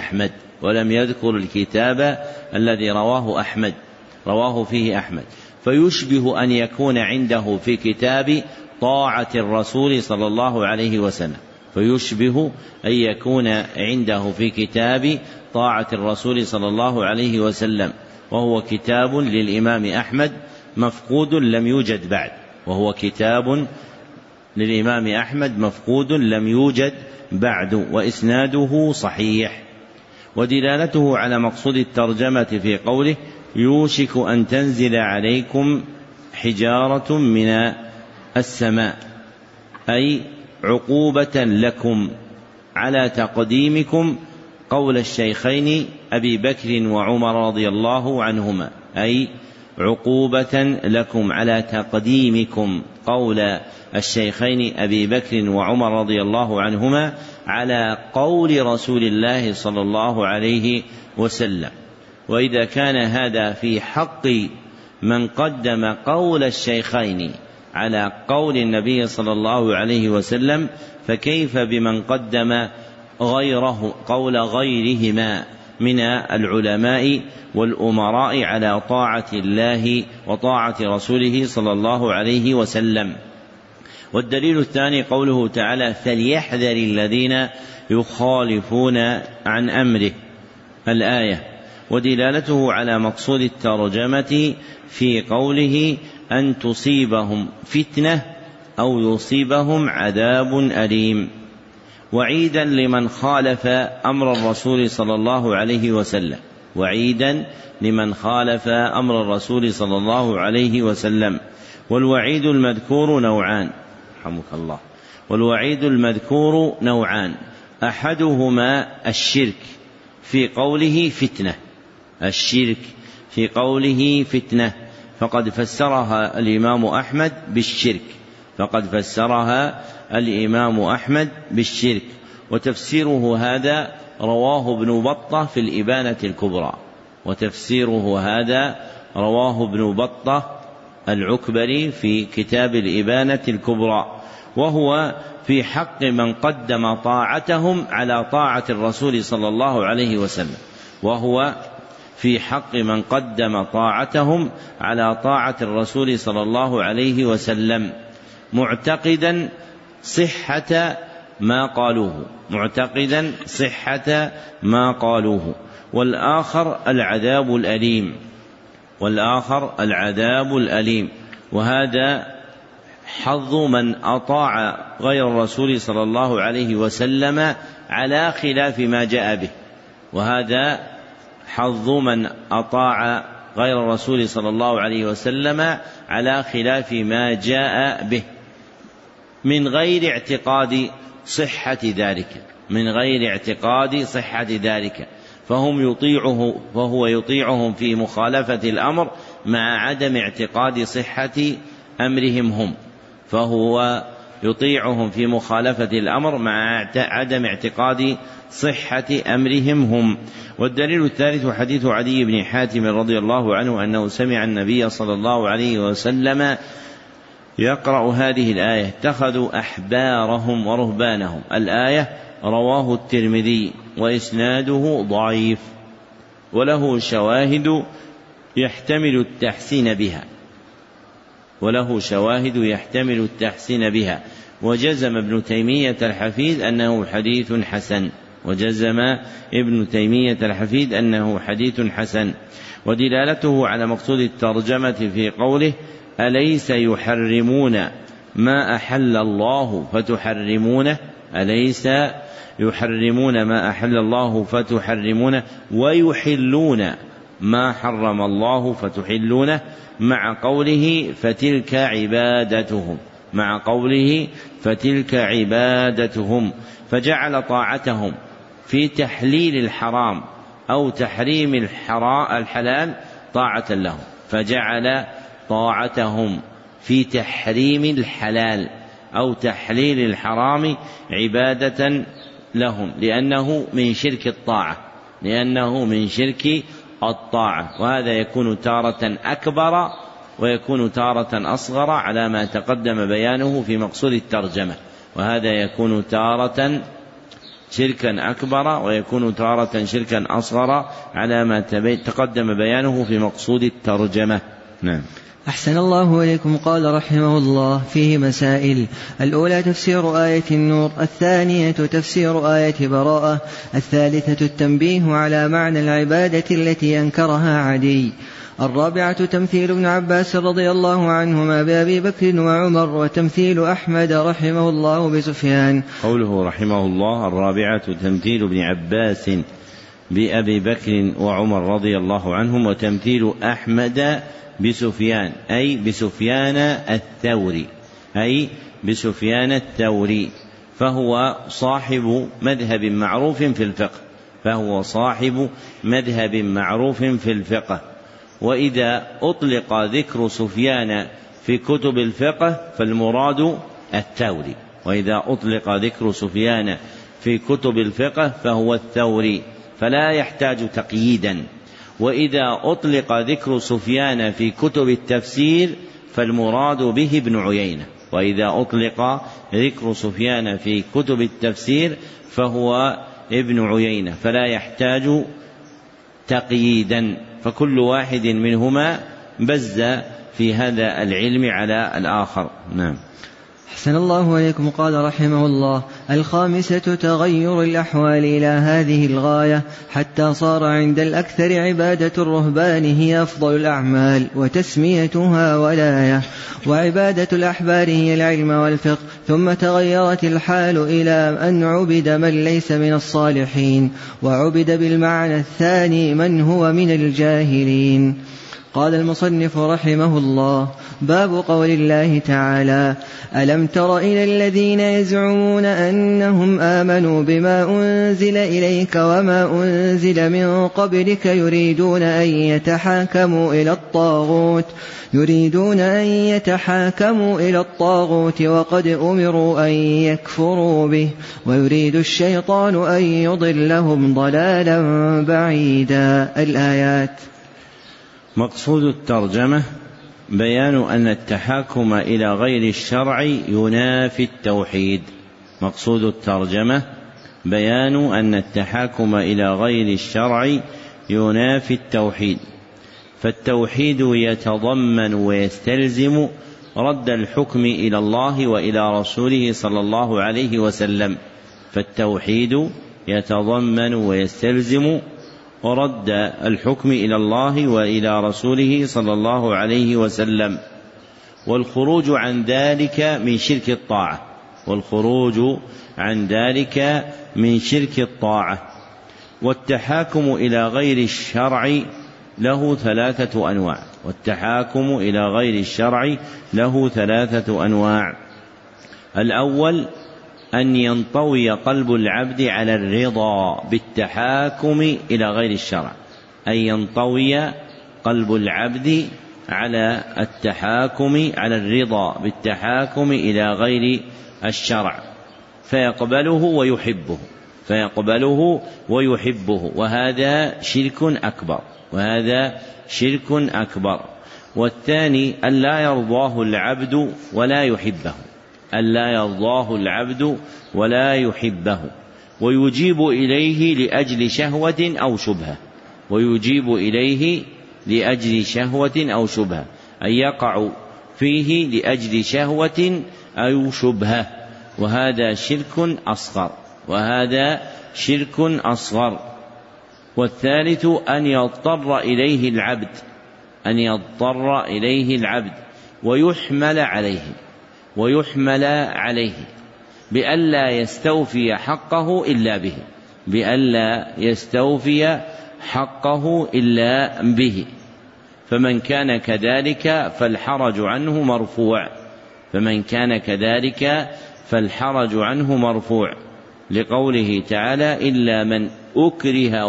[SPEAKER 1] فيه أحمد، فيشبه أن يكون عنده في كتاب طاعة الرسول صلى الله عليه وسلم، وهو كتاب للإمام أحمد مفقود لم يوجد بعد، وإسناده صحيح. ودلالته على مقصود الترجمة في قوله: يوشك أن تنزل عليكم حجارة من السماء، أي عقوبة لكم على تقديمكم قول الشيخين أبي بكر وعمر رضي الله عنهما، أي عقوبة لكم على تقديمكم قول الشيخين أبي بكر وعمر رضي الله عنهما على قول رسول الله صلى الله عليه وسلم. وإذا كان هذا في حق من قدم قول الشيخين على قول النبي صلى الله عليه وسلم، فكيف بمن قدم قول غيرهما من العلماء والأمراء على طاعة الله وطاعة رسوله صلى الله عليه وسلم. والدليل الثاني قوله تعالى: فليحذر الذين يخالفون عن أمره، الآية. ودلالته على مقصود الترجمة في قوله: أن تصيبهم فتنة أو يصيبهم عذاب أليم، وعيدا لمن خالف أمر الرسول صلى الله عليه وسلم. والوعيد المذكور نوعان، رحمك الله. والوعيد المذكور نوعان: أحدهما الشرك في قوله فتنة، الشرك في قوله فتنة، فقد فسرها الإمام أحمد بالشرك، فقد فسرها الإمام أحمد بالشرك. وتفسيره هذا رواه ابن بطة في الإبانة الكبرى، وتفسيره هذا رواه ابن بطة العكبري في كتاب الإبانة الكبرى، وهو في حق من قدم طاعتهم على طاعة الرسول صلى الله عليه وسلم، وهو في حق من قدم طاعتهم على طاعة الرسول صلى الله عليه وسلم، معتقدا صحة ما قالوه، معتقدا صحة ما قالوه. والآخر العذاب الأليم، والآخر العذاب الأليم، وهذا حظ من أطاع غير الرسول صلى الله عليه وسلم على خلاف ما جاء به، وهذا حظ من أطاع غير الرسول صلى الله عليه وسلم على خلاف ما جاء به من غير اعتقاد صحة ذلك، من غير اعتقاد صحة ذلك، فهو يطيعهم في مخالفة الأمر مع عدم اعتقاد صحة أمرهم هم، فهو يطيعهم في مخالفة الأمر مع عدم اعتقاد صحة أمرهم هم. والدليل الثالث حديث عدي بن حاتم رضي الله عنه أنه سمع النبي صلى الله عليه وسلم يقرأ هذه الآية: اتخذوا أحبارهم ورهبانهم. الآية رواه الترمذي وإسناده ضعيف، وله شواهد يحتمل التحسين بها، وله شواهد يحتمل التحسين بها. وجزم ابن تيمية الحفيد أنه حديث حسن، وجزم ابن تيمية الحفيد أنه حديث حسن. ودلالته على مقصود الترجمة في قوله: أليس يحرمون ما أحل الله فتحرمونه، أليس يحرمون ما أحل الله فتحرمونه ويحلون ما حرم الله فتحلونه، مع قوله فتلك عبادتهم، مع قوله فتلك عبادتهم، فجعل طاعتهم في تحليل الحرام أو تحريم الحلال طاعة لهم، فجعل طاعتهم في تحريم الحلال أو تحليل الحرام عبادة لهم، لأنه من شرك الطاعة، لأنه من شرك الطاعة. وهذا يكون تارة أكبر ويكون تارة أصغر على ما تقدم بيانه في مقصود الترجمة، وهذا يكون تارة شركا أكبر ويكون تارة شركا أصغر على ما تقدم بيانه في مقصود الترجمة. نعم.
[SPEAKER 2] أحسن الله إليكم. قال رحمه الله: فيه مسائل: الأولى تفسير آية النور، الثانية تفسير آية براءة، الثالثة التنبيه على معنى العبادة التي أنكرها عدي، الرابعة تمثيل ابن عباس رضي الله عنهما بأبي بكر وعمر، وتمثيل أحمد رحمه الله بسفيان.
[SPEAKER 1] قوله رحمه الله: الرابعة تمثيل ابن عباس بأبي بكر وعمر رضي الله عنهم، وتمثيل أحمد بسفيان، أي بسفيان الثوري، أي بسفيان الثوري، فهو صاحب مذهب معروف في الفقه، فهو صاحب مذهب معروف في الفقه. وإذا أطلق ذكر سفيان في كتب الفقه فالمراد الثوري، وإذا أطلق ذكر سفيان في كتب الفقه فهو الثوري، فلا يحتاج تقييدا. وإذا أطلق ذكر سفيان في كتب التفسير فالمراد به ابن عيينة، وإذا أطلق ذكر سفيان في كتب التفسير فهو ابن عيينة، فلا يحتاج تقييدا، فكل واحد منهما بز في هذا العلم على الآخر. نعم.
[SPEAKER 2] أحسن الله إليكم. قال رحمه الله: الخامسة تغير الأحوال إلى هذه الغاية حتى صار عند الأكثر عبادة الرهبان هي أفضل الأعمال وتسميتها ولاية، وعبادة الأحبار هي العلم والفقه، ثم تغيرت الحال إلى أن عبد من ليس من الصالحين، وعبد بالمعنى الثاني من هو من الجاهلين. قال المصنف رحمه الله: باب قول الله تعالى: ألم تر إلى الذين يزعمون أنهم آمنوا بما أنزل إليك وما أنزل من قبلك يريدون أن يتحاكموا إلى الطاغوت وقد أمروا أن يكفروا به ويريد الشيطان أن يضلهم ضلالا بعيدا. الآيات.
[SPEAKER 1] مقصود الترجمة بيان أن التحاكم إلى غير الشرع ينافي التوحيد. مقصود الترجمة بيان أن التحاكم إلى غير الشرع ينافي التوحيد، فالتوحيد يتضمن ويستلزم رد الحكم إلى الله وإلى رسوله صلى الله عليه وسلم. فالتوحيد يتضمن ويستلزم رد الحكم إلى الله وإلى رسوله صلى الله عليه وسلم، والخروج عن ذلك من شرك الطاعة. والتحاكم إلى غير الشرع له ثلاثة أنواع. الأول أن ينطوي قلب العبد على الرضا بالتحاكم إلى غير الشرع، أن ينطوي قلب العبد على الرضا بالتحاكم إلى غير الشرع فيقبله ويحبه، وهذا شرك أكبر. والثاني أن لا يرضاه العبد ولا يحبه ويجيب إليه لأجل شهوة أو شبهة، أن يقع فيه لأجل شهوة أو شبهة، وهذا شرك أصغر. والثالث أن يضطر إليه العبد ويحمل عليه بألا يستوفي حقه إلا به، فمن كان كذلك فالحرج عنه مرفوع لقوله تعالى: إلا من أكره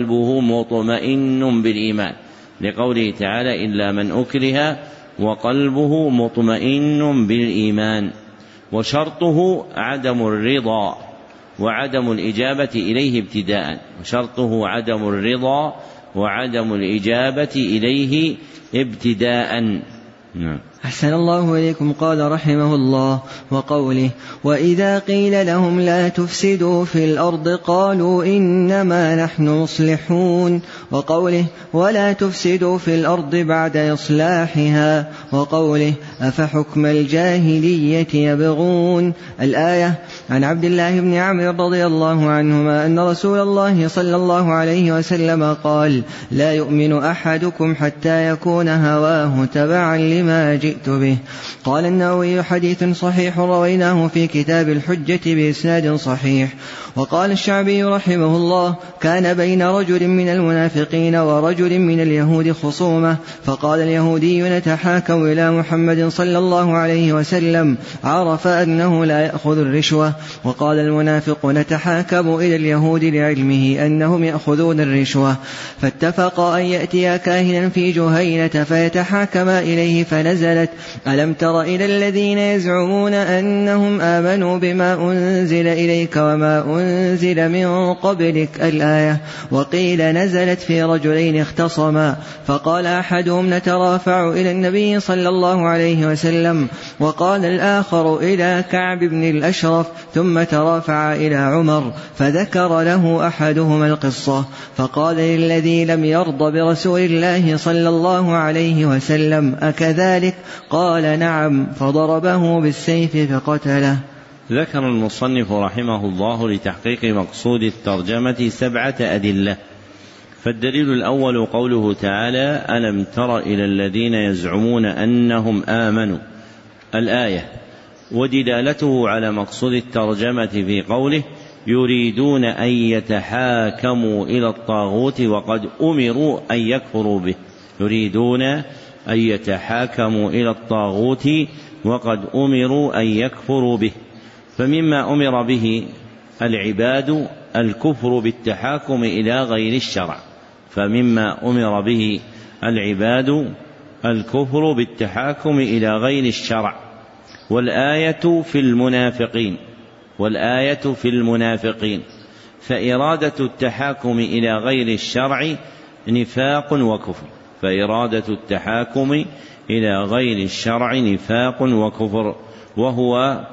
[SPEAKER 1] وقلبه مطمئن بالإيمان. وشرطه عدم الرضا وعدم الإجابة إليه ابتداء.
[SPEAKER 2] أحسن الله إليكم. قال رحمه الله: وقوله: وإذا قيل لهم لا تفسدوا في الأرض قالوا إنما نحن مصلحون. وقوله: ولا تفسدوا في الأرض بعد إصلاحها. وقوله: أفحكم الجاهلية يبغون. الآية. عن عبد الله بن عمرو رضي الله عنهما أن رسول الله صلى الله عليه وسلم قال: لا يؤمن أحدكم حتى يكون هواه تبعا لما جئت به. قال النووي: حديث صحيح رويناه في كتاب الحجة بإسناد صحيح. وقال الشعبي رحمه الله: كان بين رجل من المنافقين ورجل من اليهود خصومة، فقال اليهودي: نتحاكم إلى محمد صلى الله عليه وسلم، عرف أنه لا يأخذ الرشوة. وقال المنافق: نتحاكم إلى اليهود لعلمه أنهم يأخذون الرشوة. فاتفقا أن يأتيا كاهنا في جهينة فيتحاكما إليه، فنزلت: ألم تر إلى الذين يزعمون أنهم آمنوا بما أنزل إليك وما أنزل من قبلك. الآية. وقيل نزلت في رجلين اختصما، فقال أحدهم: نترافع إلى النبي صلى الله عليه وسلم، وقال الآخر إلى كعب بن الأشرف، ثم ترافع إلى عمر، فذكر له أحدهما القصة، فقال للذي لم يرض برسول الله صلى الله عليه وسلم: أكذلك؟ قال: نعم، فضربه بالسيف فقتله.
[SPEAKER 1] ذكر المصنف رحمه الله لتحقيق مقصود الترجمة 7 أدلة. فالدليل الأول قوله تعالى: ألم تر إلى الذين يزعمون أنهم آمنوا. الآية. ودلالته على مقصود الترجمة في قوله: يريدون أن يتحاكموا إلى الطاغوت وقد أمروا أن يكفروا به. يريدون أن يتحاكموا إلى الطاغوت وقد أمروا أن يكفروا به. فمما أمر به العباد الكفر بالتحاكم إلى غير الشرع، فمما أمر به العباد الكفر بالتحاكم إلى غير الشرع. والآية في المنافقين فإرادة التحاكم إلى غير الشرع نفاق وكفر، فإرادة التحاكم إلى غير الشرع نفاق وكفر، وهو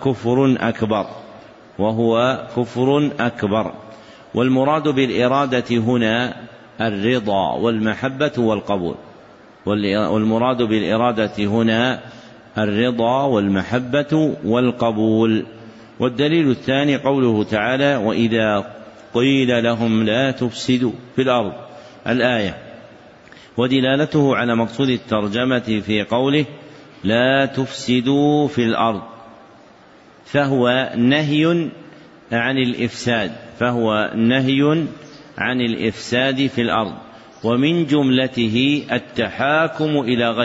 [SPEAKER 1] كفر أكبر. والمراد بالإرادة هنا الرضا والمحبة والقبول، والمراد بالإرادة هنا الرضا والمحبة والقبول. والدليل الثاني قوله تعالى: وإذا قيل لهم لا تفسدوا في الأرض، الآية. ودلالته على مقصود الترجمة في قوله لا تفسدوا في الأرض فهو نهي عن الإفساد في الأرض، ومن جملته التحاكم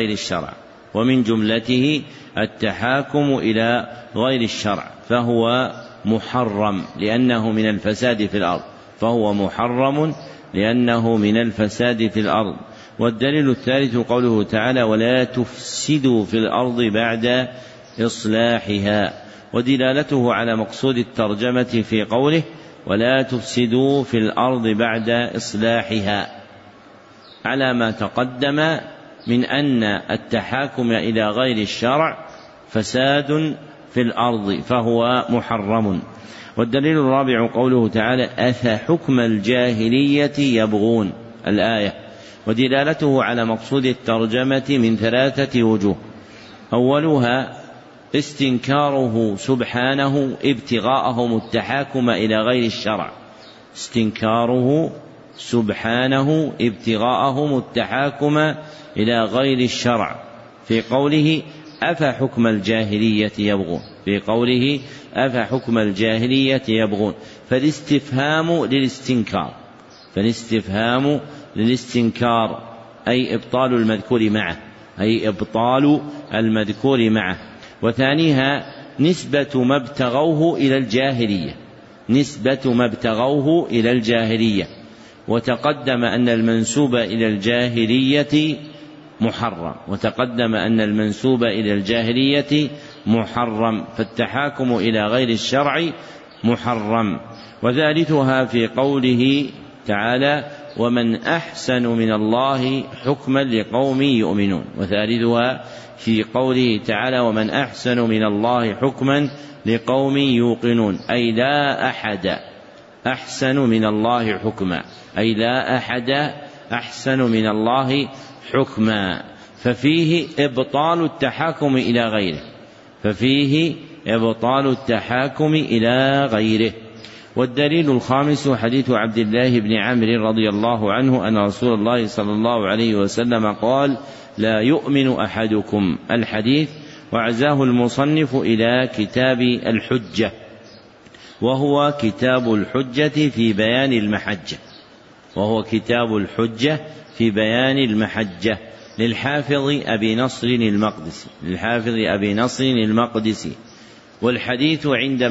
[SPEAKER 1] إلى غير الشرع، فهو محرم لأنه من الفساد في الأرض. والدليل الثالث قوله تعالى: ولا تفسدوا في الأرض بعد إصلاحها. ودلالته على مقصود الترجمة في قوله ولا تفسدوا في الأرض بعد إصلاحها على ما تقدم من أن التحاكم إلى غير الشرع فساد في الأرض فهو محرم. والدليل الرابع قوله تعالى: أفحكم الجاهلية يبغون، الآية. ودلالته على مقصود الترجمة من 3 وجوه: أولها استنكاره سبحانه ابتغاءهم التحاكم إلى غير الشرع في قوله أفحكم الجاهلية يبغون، فالاستفهام للاستنكار أي إبطال المذكور معه. وثانيها نسبة ما ابتغوه إلى الجاهلية، وتقدم أن المنسوب إلى الجاهلية محرم، فالتحاكم إلى غير الشرع محرم. وثالثها في قوله تعالى: ومن أحسن من الله حكما لقوم يؤمنون، أي لا أحد أحسن من الله حكما، ففيه إبطال التحاكم إلى غيره. والدليل الخامس حديث عبد الله بن عمرو رضي الله عنه أن رسول الله صلى الله عليه وسلم قال: لا يؤمن أحدكم، الحديث. وعزاه المصنف إلى كتاب الحجة، وهو كتاب الحجة في بيان المحجة للحافظ أبي نصر المقدسي. والحديث عند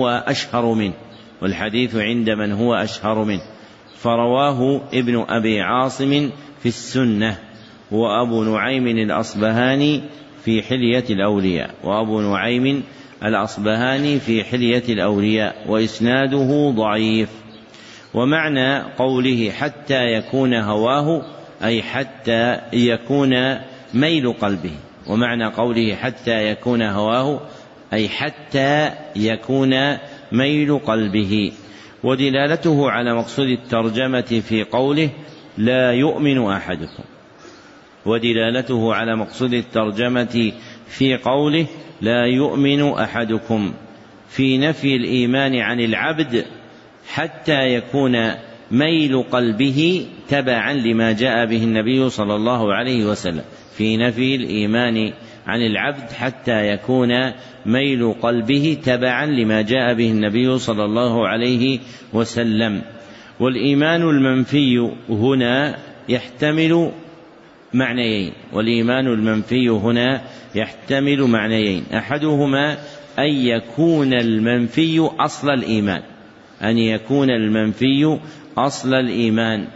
[SPEAKER 1] من هو أشهر منه، فرواه ابن أبي عاصم في السنة، وأبو نعيم الأصبهاني في حلية الأولياء، وإسناده ضعيف. ومعنى قوله حتى يكون هواه أي حتى يكون ميل قلبه. ودلالته على مقصود الترجمة في قوله لا يؤمن أحدكم في نفي الإيمان عن العبد حتى يكون ميل قلبه تبعا لما جاء به النبي صلى الله عليه وسلم، في نفي الإيمان عن العبد حتى يكون ميل قلبه تبعا لما جاء به النبي صلى الله عليه وسلم. والإيمان المنفي هنا يحتمل معنيين، والإيمان المنفي هنا يحتمل معنيين، أحدهما أن يكون المنفي أصل الإيمان، أن يكون المنفي أصل الإيمان،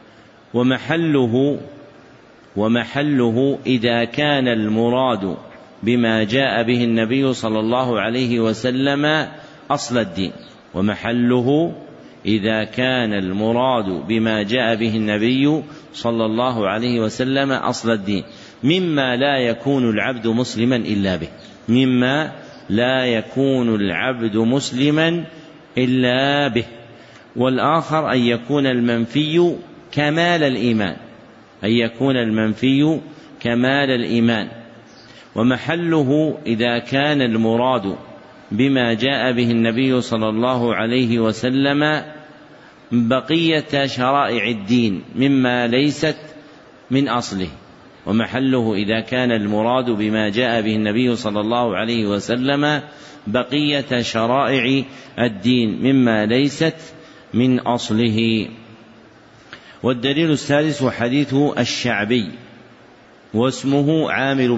[SPEAKER 1] ومحله إذا كان المراد بما جاء به النبي صلى الله عليه وسلم أصل الدين، ومحله إذا كان المراد بما جاء به النبي صلى الله عليه وسلم أصل الدين، مما لا يكون العبد مسلما إلا به، مما لا يكون العبد مسلما إلا به. والآخر أن يكون المنفي كمال الإيمان، أن يكون المنفي كمال الإيمان، ومحله إذا كان المراد بما جاء به النبي صلى الله عليه وسلم بقية شرائع الدين مما ليست من أصله، ومحله إذا كان المراد بما جاء به النبي صلى الله عليه وسلم بقية شرائع الدين مما ليست من أصله. والدليل السادس حديث الشعبي واسمه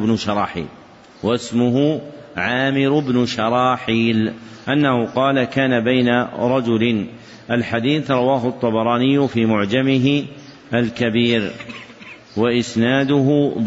[SPEAKER 1] عامر بن شراحيل أنه قال كان بين رجل، الحديث رواه الطبراني في معجمه الكبير وإسناده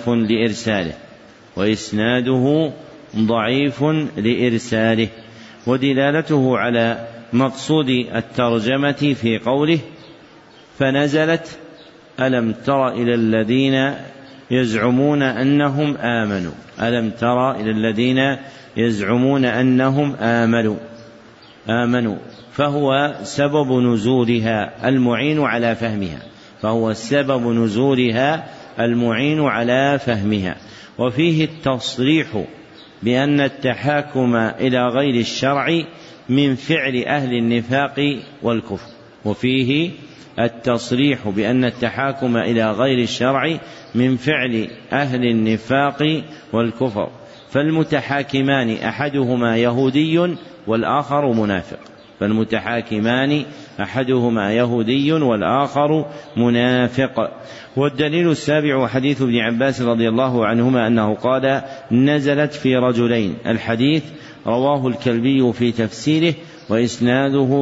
[SPEAKER 1] ضعيف لإرساله، ودلالته على مقصود الترجمة في قوله فنزلت ألم تر إلى الذين يزعمون أنهم آمنوا، ألم تر إلى الذين يزعمون أنهم آمنوا، فهو سبب نزولها المعين على فهمها، وفيه التصريح بأن التحاكم إلى غير الشرع من فعل أهل النفاق والكفر، وفيه التصريح بأن التحاكم إلى غير الشرع من فعل أهل النفاق والكفر، فالمتحاكمان أحدهما يهودي والآخر منافق. والدليل السابع حديث ابن عباس رضي الله عنهما أنه قال نزلت في رجلين، الحديث رواه الكلبي في تفسيره وإسناده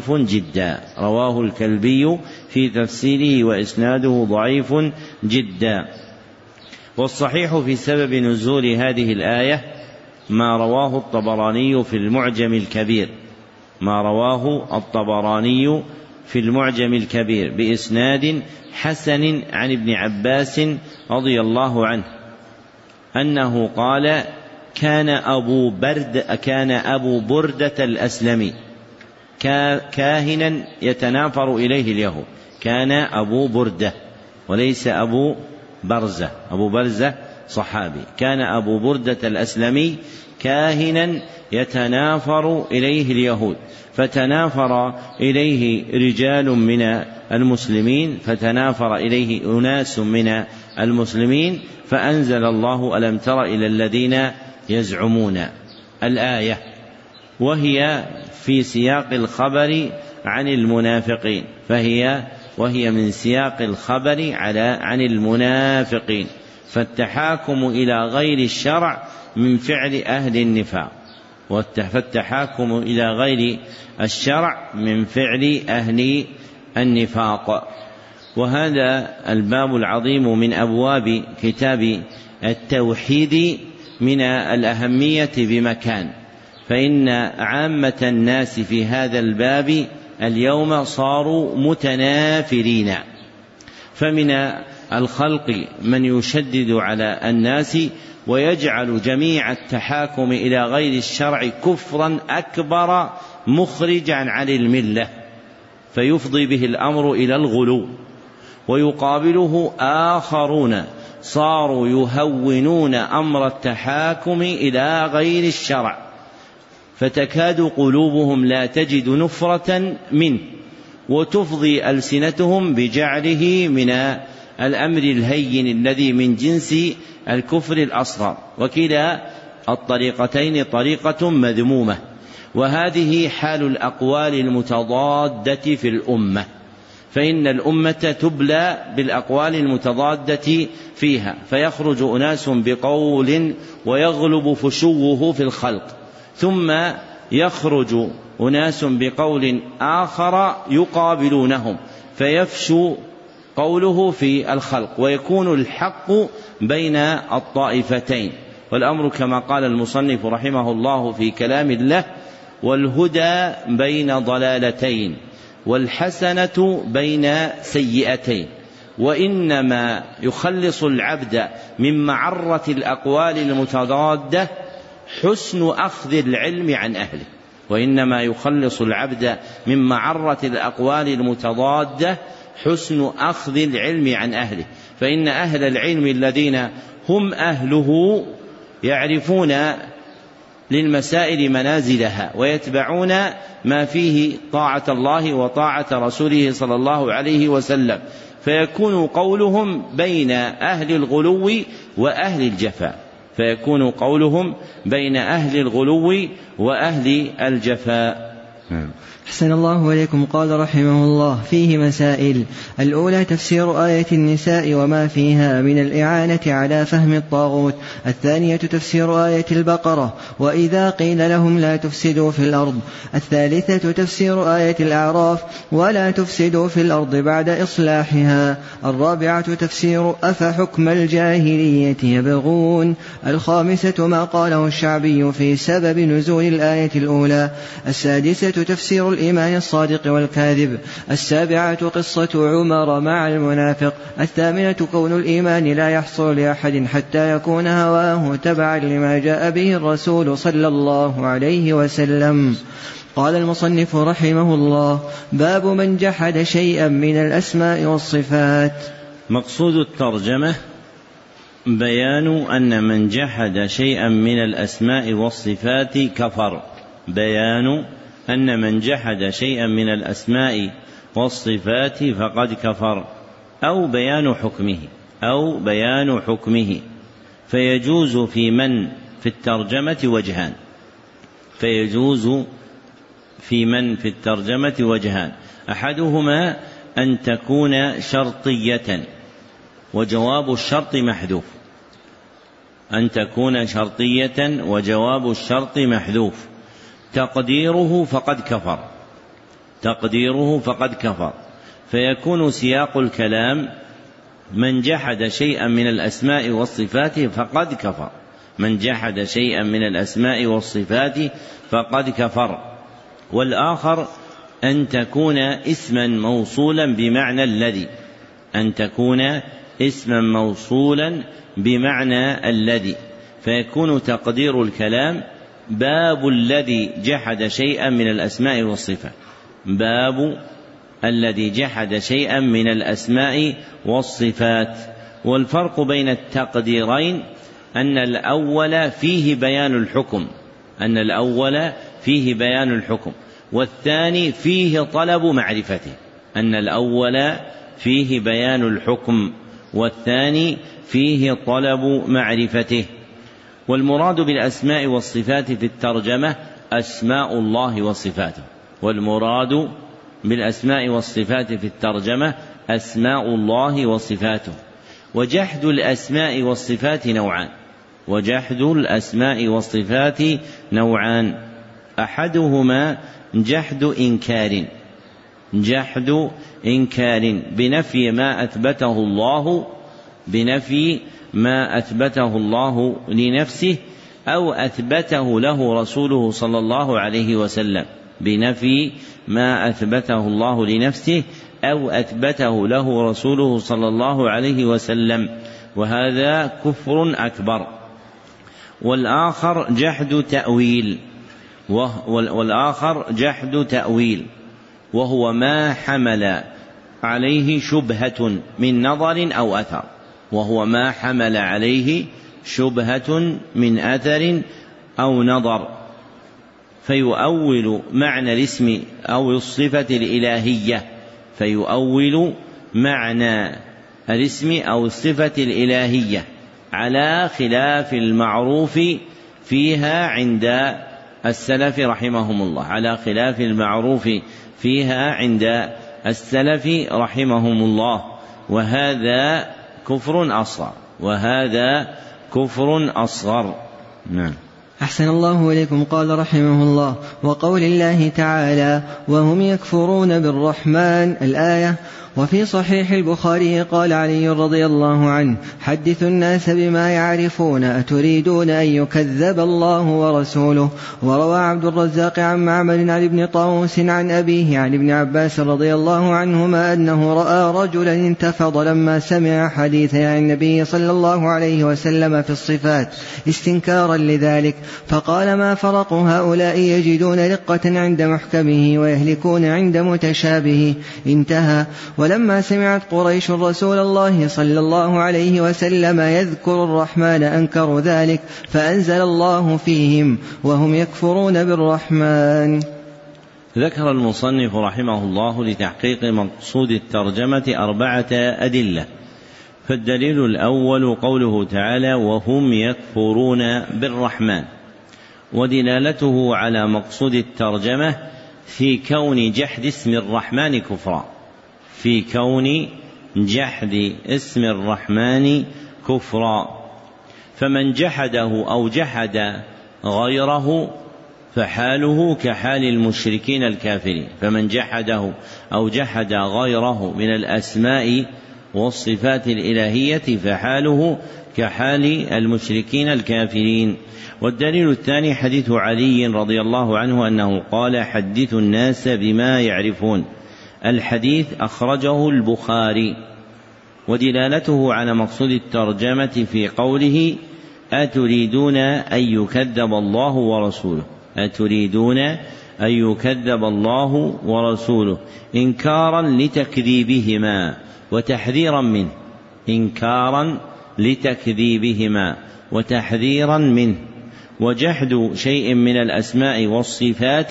[SPEAKER 1] ضعيف جدا. والصحيح في سبب نزول هذه الآية ما رواه الطبراني في المعجم الكبير بإسناد حسن عن ابن عباس رضي الله عنه أنه قال كان أبو بردة الأسلمي كاهنا يتنافر إليه اليهود، كان أبو بردة وليس أبو برزة صحابي، كان أبو بردة الأسلمي كاهنا يتنافر إليه اليهود، فتنافر إليه أناس من المسلمين فأنزل الله ألم تر إلى الذين يزعمون الآية، وهي في سياق الخبر عن المنافقين، وهي من سياق الخبر عن المنافقين، فالتحاكم إلى غير الشرع من فعل أهل النفاق، فالتحاكم إلى غير الشرع من فعل أهل النفاق. وهذا الباب العظيم من أبواب كتاب التوحيد من الأهمية بمكان، فإن عامة الناس في هذا الباب اليوم صاروا متنافرين، فمن الخلق من يشدد على الناس ويجعل جميع التحاكم إلى غير الشرع كفرا أكبر مخرجا عن الملة، فيفضي به الأمر إلى الغلو، ويقابله آخرون صاروا يهونون أمر التحاكم إلى غير الشرع، فتكاد قلوبهم لا تجد نفرة منه، وتفضي ألسنتهم بجعله من الأمر الهين الذي من جنس الكفر الأصغر، وكلا الطريقتين طريقة مذمومة. وهذه حال الأقوال المتضادة في الأمة، فإن الأمة تبلى بالأقوال المتضادة فيها، فيخرج أناس بقول ويغلب فشوه في الخلق، ثم يخرج أناس بقول آخر يقابلونهم فيفشو قوله في الخلق، ويكون الحق بين الطائفتين. والأمر كما قال المصنف رحمه الله في كلام الله: والهدى بين ضلالتين، والحسنة بين سيئتين. وإنما يخلص العبد من معرة الأقوال المتضادة حسن أخذ العلم عن أهله. وإنما يخلص العبد من معرة الأقوال المتضادة حسن أخذ العلم عن أهله، فإن أهل العلم الذين هم أهله يعرفون للمسائل منازلها، ويتبعون ما فيه طاعة الله وطاعة رسوله صلى الله عليه وسلم، فيكون قولهم بين أهل الغلو وأهل الجفاء، فيكون قولهم بين أهل الغلو وأهل الجفاء.
[SPEAKER 2] أحسن الله إليكم. قال رحمه الله: فيه مسائل. الأولى تفسير آية النساء وما فيها من الإعانة على فهم الطاغوت. الثانية تفسير آية البقرة وإذا قيل لهم لا تفسدوا في الأرض. الثالثة تفسير آية الأعراف ولا تفسدوا في الأرض بعد إصلاحها. الرابعة تفسير أفحكم الجاهلية يبغون. الخامسة ما قاله الشعبي في سبب نزول الآية الأولى. السادسة تفسير الإيمان الصادق والكاذب. السابعة قصة عمر مع المنافق. الثامنة كون الإيمان لا يحصل لأحد حتى يكون هواه تبعا لما جاء به الرسول صلى الله عليه وسلم. قال المصنف رحمه الله: باب من جحد شيئا من الأسماء والصفات.
[SPEAKER 1] مقصود الترجمة بيان أن من جحد شيئا من الأسماء والصفات كفر. بيان أن من جحد شيئا من الأسماء والصفات فقد كفر، أو بيان حكمه. فيجوز في من في الترجمة وجهان، أحدهما أن تكون شرطية وجواب الشرط محذوف، تقديره فقد كفر، فيكون سياق الكلام: من جحد شيئا من الأسماء والصفات فقد كفر، من جحد شيئا من الأسماء والصفات فقد كفر. والآخر أن تكون اسما موصولا بمعنى الذي، فيكون تقدير الكلام: باب الذي جحد شيئا من الأسماء والصفات، باب الذي جحد شيئا من الأسماء والصفات. والفرق بين التقديرين أن الأول فيه بيان الحكم، والثاني فيه طلب معرفته. أن الأول فيه بيان الحكم والثاني فيه طلب معرفته. والمراد بالأسماء والصفات في الترجمة أسماء الله وصفاته، والمراد بالأسماء والصفات في الترجمة أسماء الله وصفاته. وجحد الأسماء والصفات نوعان، أحدهما جحد إنكار بنفي ما أثبته الله لنفسه أو أثبته له رسوله صلى الله عليه وسلم، بنفي ما أثبته الله لنفسه أو أثبته له رسوله صلى الله عليه وسلم، وهذا كفر أكبر. والآخر جحد تأويل، وهو ما حمل عليه شبهة من نظر أو نظر، فيؤول معنى الاسم أو الصفة الإلهية على خلاف المعروف فيها عند السلف رحمهم الله، السلف رحمهم الله، وهذا كفر أصغر. نعم.
[SPEAKER 2] أحسن الله إليكم. قال رحمه الله: وقول الله تعالى: وهم يكفرون بالرحمن، الآية. وفي صحيح البخاري قال علي رضي الله عنه: حدثوا الناس بما يعرفون، أتريدون أن يكذب الله ورسوله. وروى عبد الرزاق عن معمر عن ابن طاووس عن أبيه عن ابن عباس رضي الله عنهما أنه رأى رجلا انتفض لما سمع حديثا عن النبي صلى الله عليه وسلم في الصفات استنكارا لذلك، فقال: ما فرق هؤلاء يجدون رقة عند محكمه ويهلكون عند متشابهه. انتهى. ولما سمعت قريش رسول الله صلى الله عليه وسلم يذكر الرحمن أنكروا ذلك، فأنزل الله فيهم: وهم يكفرون بالرحمن.
[SPEAKER 1] ذكر المصنف رحمه الله لتحقيق مقصود الترجمة 4 أدلة. فالدليل الأول قوله تعالى: وهم يكفرون بالرحمن، ودلالته على مقصود الترجمة في كون جحد اسم الرحمن كفرا، في كون جحد اسم الرحمن كفرا. فمن جحده أو جحد غيره فحاله كحال المشركين الكافرين، فمن جحده أو جحد غيره من الأسماء والصفات الإلهية فحاله كحال المشركين الكافرين. والدليل الثاني حديث علي رضي الله عنه أنه قال: حدثوا الناس بما يعرفون، الحديث أخرجه البخاري. ودلالته على مقصود الترجمة في قوله: أتريدون أن يكذب الله ورسوله، أتريدون أن يكذب الله ورسوله، إنكارا لتكذيبهما وتحذيرا منه، إنكارا لتكذيبهما وتحذيرا منه. وجحد شيء من الأسماء والصفات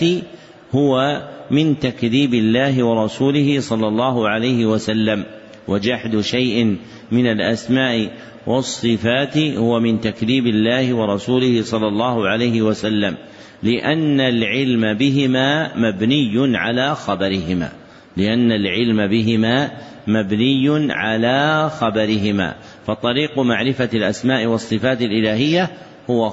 [SPEAKER 1] هو من تكذيب الله ورسوله صلى الله عليه وسلم، وجحد شيء من الأسماء والصفات هو من تكذيب الله ورسوله صلى الله عليه وسلم، لأن العلم بهما مبني على خبرهما، لأن العلم بهما مبني على خبرهما. فطريق معرفة الأسماء والصفات الإلهية هو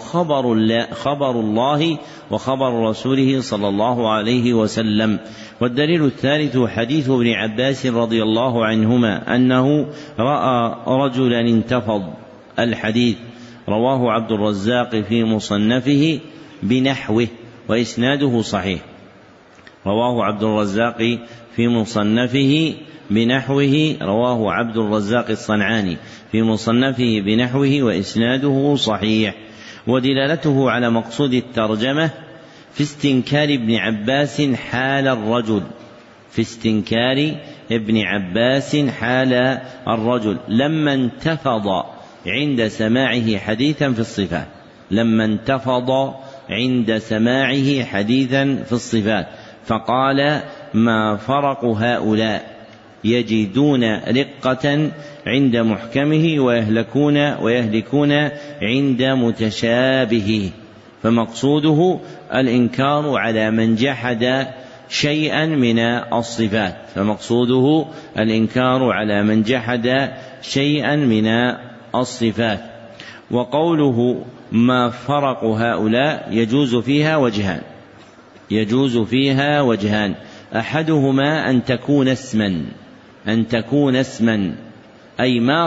[SPEAKER 1] خبر الله وخبر رسوله صلى الله عليه وسلم. والدليل الثالث حديث ابن عباس رضي الله عنهما أنه رأى رجلا انتفض، الحديث رواه عبد الرزاق في مصنفه بنحوه وإسناده صحيح، رواه عبد الرزاق في مصنفه بنحوه، رواه عبد الرزاق الصنعاني في مصنفه بنحوه وإسناده صحيح. ودلالته على مقصود الترجمة في استنكار ابن عباس حال الرجل، في استنكار ابن عباس حال الرجل لما انتفض عند سماعه حديثا في الصفات، لما انتفض عند سماعه حديثا في الصفات، فقال: ما فرق هؤلاء يجدون رقة عند محكمه ويهلكون عند متشابهه. فمقصوده الإنكار على من جحد شيئا من الصفات، فمقصوده الإنكار على من جحد شيئا من الصفات. وقوله ما فرق هؤلاء يجوز فيها وجهان، أحدهما أن تكون اسما أي ما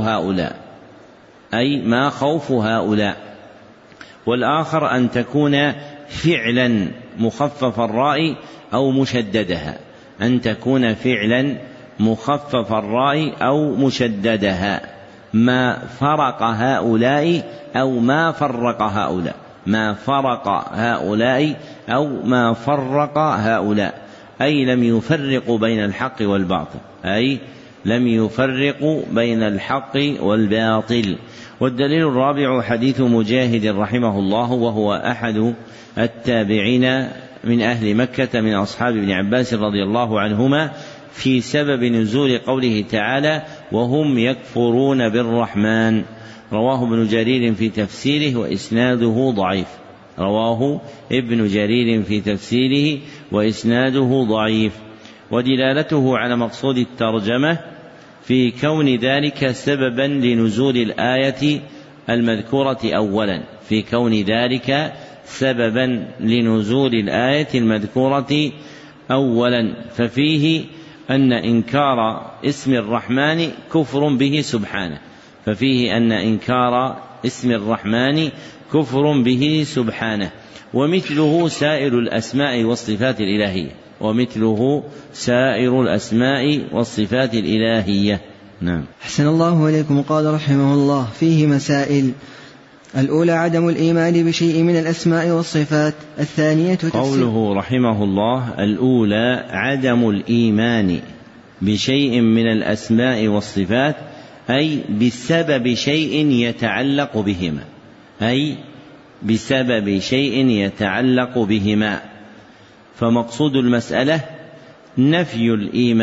[SPEAKER 1] خوف هؤلاء، والآخر أن تكون فعلا مخفف الراء أو مشددها، أن تكون فعلا مخفف الراء أو مشددها. ما فرق هؤلاء أو ما فرق هؤلاء، ما فرق هؤلاء أو ما فرق هؤلاء، أي لم يفرقوا بين الحق والباطل، أي لم يفرقوا بين الحق والباطل. والدليل الرابع حديث مجاهد رحمه الله، وهو أحد التابعين من أهل مكة من أصحاب ابن عباس رضي الله عنهما، في سبب نزول قوله تعالى: وهم يكفرون بالرحمن. رواه ابن جرير في تفسيره وإسناده ضعيف، رواه ابن جرير في تفسيره وإسناده ضعيف. ودلالته على مقصود الترجمة في كون ذلك سببا لنزول الآية المذكورة أولا، في كون ذلك سببا لنزول الآية المذكورة أولا، ففيه أن إنكار اسم الرحمن كفر به سبحانه، ففيه أن إنكار اسم الرحمن كفر به سبحانه، ومثله سائر الأسماء والصفات الإلهية، ومثله سائر الأسماء والصفات الإلهية. نعم.
[SPEAKER 2] أحسن الله إليكم. قال رحمه الله: فيه مسائل. الأولى عدم الإيمان بشيء من الأسماء والصفات. الثانية
[SPEAKER 1] قوله رحمه الله: الأولى عدم الإيمان بشيء من الأسماء والصفات، أي بسبب شيء يتعلق بهما، أي بسبب شيء يتعلق بهما. فمقصود المسألة نفي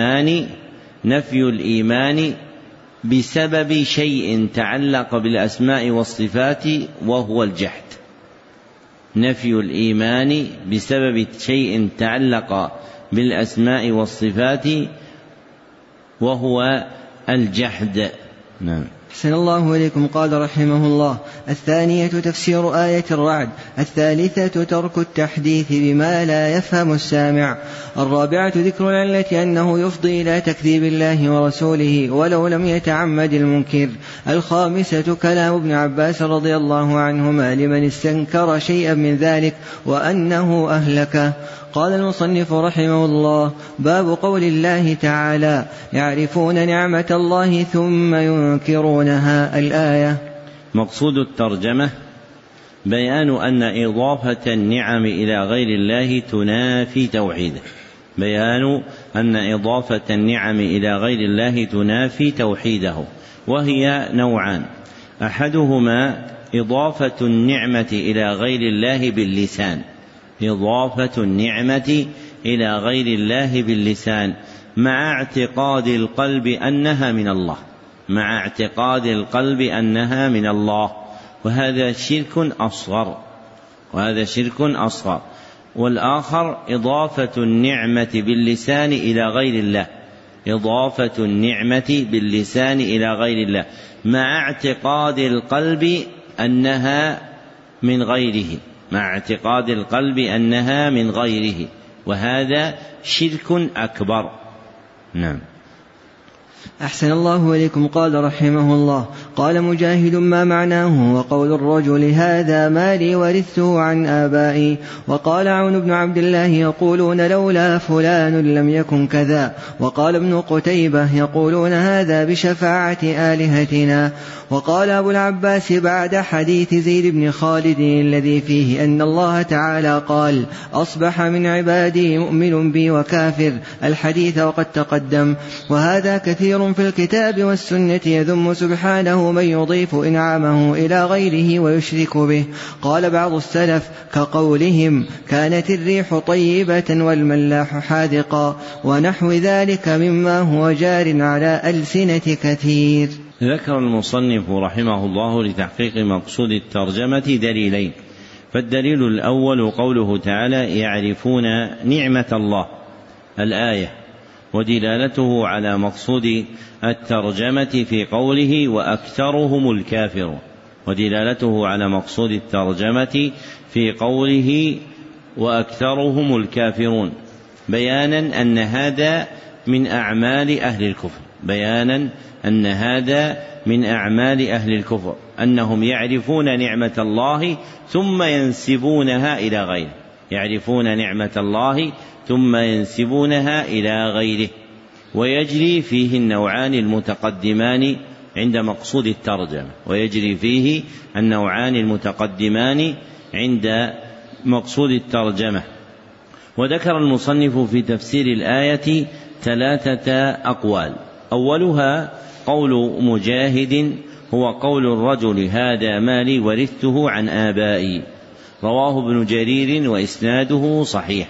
[SPEAKER 1] الإيمان بسبب شيء تعلق بالأسماء والصفات وهو الجحد، نفي الإيمان بسبب شيء تعلق بالأسماء والصفات وهو الجحد. نعم.
[SPEAKER 2] أحسن الله إليكم. قال رحمه الله: الثانية تفسير آية الرعد. الثالثة ترك التحديث بما لا يفهم السامع. الرابعة ذكر العلة أنه يفضي إلى تكذيب الله ورسوله ولو لم يتعمد المنكر. الخامسة كلام ابن عباس رضي الله عنهما لمن استنكر شيئا من ذلك وأنه أهلكه. قال المصنف رحمه الله: باب قول الله تعالى: يعرفون نعمة الله ثم ينكرونها. الآية.
[SPEAKER 1] مقصود الترجمة بيان أن إضافة النعم إلى غير الله تنافي توحيده، بيان أن إضافة النعم إلى غير الله تنافي توحيده، وهي نوعان: أحدهما إضافة النعمة إلى غير الله باللسان، إضافة النعمة إلى غير الله باللسان مع اعتقاد القلب أنها من الله، مع اعتقاد القلب أنها من الله، وهذا شرك أصغر، وهذا شرك أصغر. والآخر إضافة النعمة باللسان إلى غير الله، إضافة النعمة باللسان إلى غير الله مع اعتقاد القلب أنها من غيره، مع اعتقاد القلب أنها من غيره، وهذا شرك أكبر. نعم.
[SPEAKER 2] أحسن الله إليكم. قال رحمه الله: قال مجاهد: ما معناه وقول الرجل هذا مالي ورثته عن آبائي. وقال عون بن عبد الله: يقولون لولا فلان لم يكن كذا. وقال ابن قتيبة: يقولون هذا بشفاعة آلهتنا. وقال أبو العباس بعد حديث زيد بن خالد الذي فيه أن الله تعالى قال: أصبح من عبادي مؤمن بي وكافر، الحديث وقد تقدم. وهذا كثير في الكتاب والسنة يذم سبحانه من يضيف إنعامه إلى غيره ويشرك به. قال بعض السلف كقولهم: كانت الريح طيبة والملاح حاذقا، ونحو ذلك مما هو جار على ألسنة كثير.
[SPEAKER 1] ذكر المصنف رحمه الله لتحقيق مقصود الترجمة دليلين: فالدليل الأول قوله تعالى: يعرفون نعمة الله، الآية، ودلالته على مقصود الترجمة في قوله: وأكثرهم الكافرون، ودلالته على مقصود الترجمة في قوله: وأكثرهم الكافرون، بيانا أن هذا من أعمال أهل الكفر، بيانا أن هذا من أعمال أهل الكفر، أنهم يعرفون نعمة الله ثم ينسبونها إلى غيره، يعرفون نعمة الله ثم ينسبونها إلى غيره. ويجري فيه النوعان المتقدمان عند مقصود الترجمة، ويجري فيه النوعان المتقدمان عند مقصود الترجمة. وذكر المصنف في تفسير الآية 3 أقوال: أولها قول مجاهد: هو قول الرجل هذا مالي ورثته عن آبائي، رواه ابن جرير وإسناده صحيح.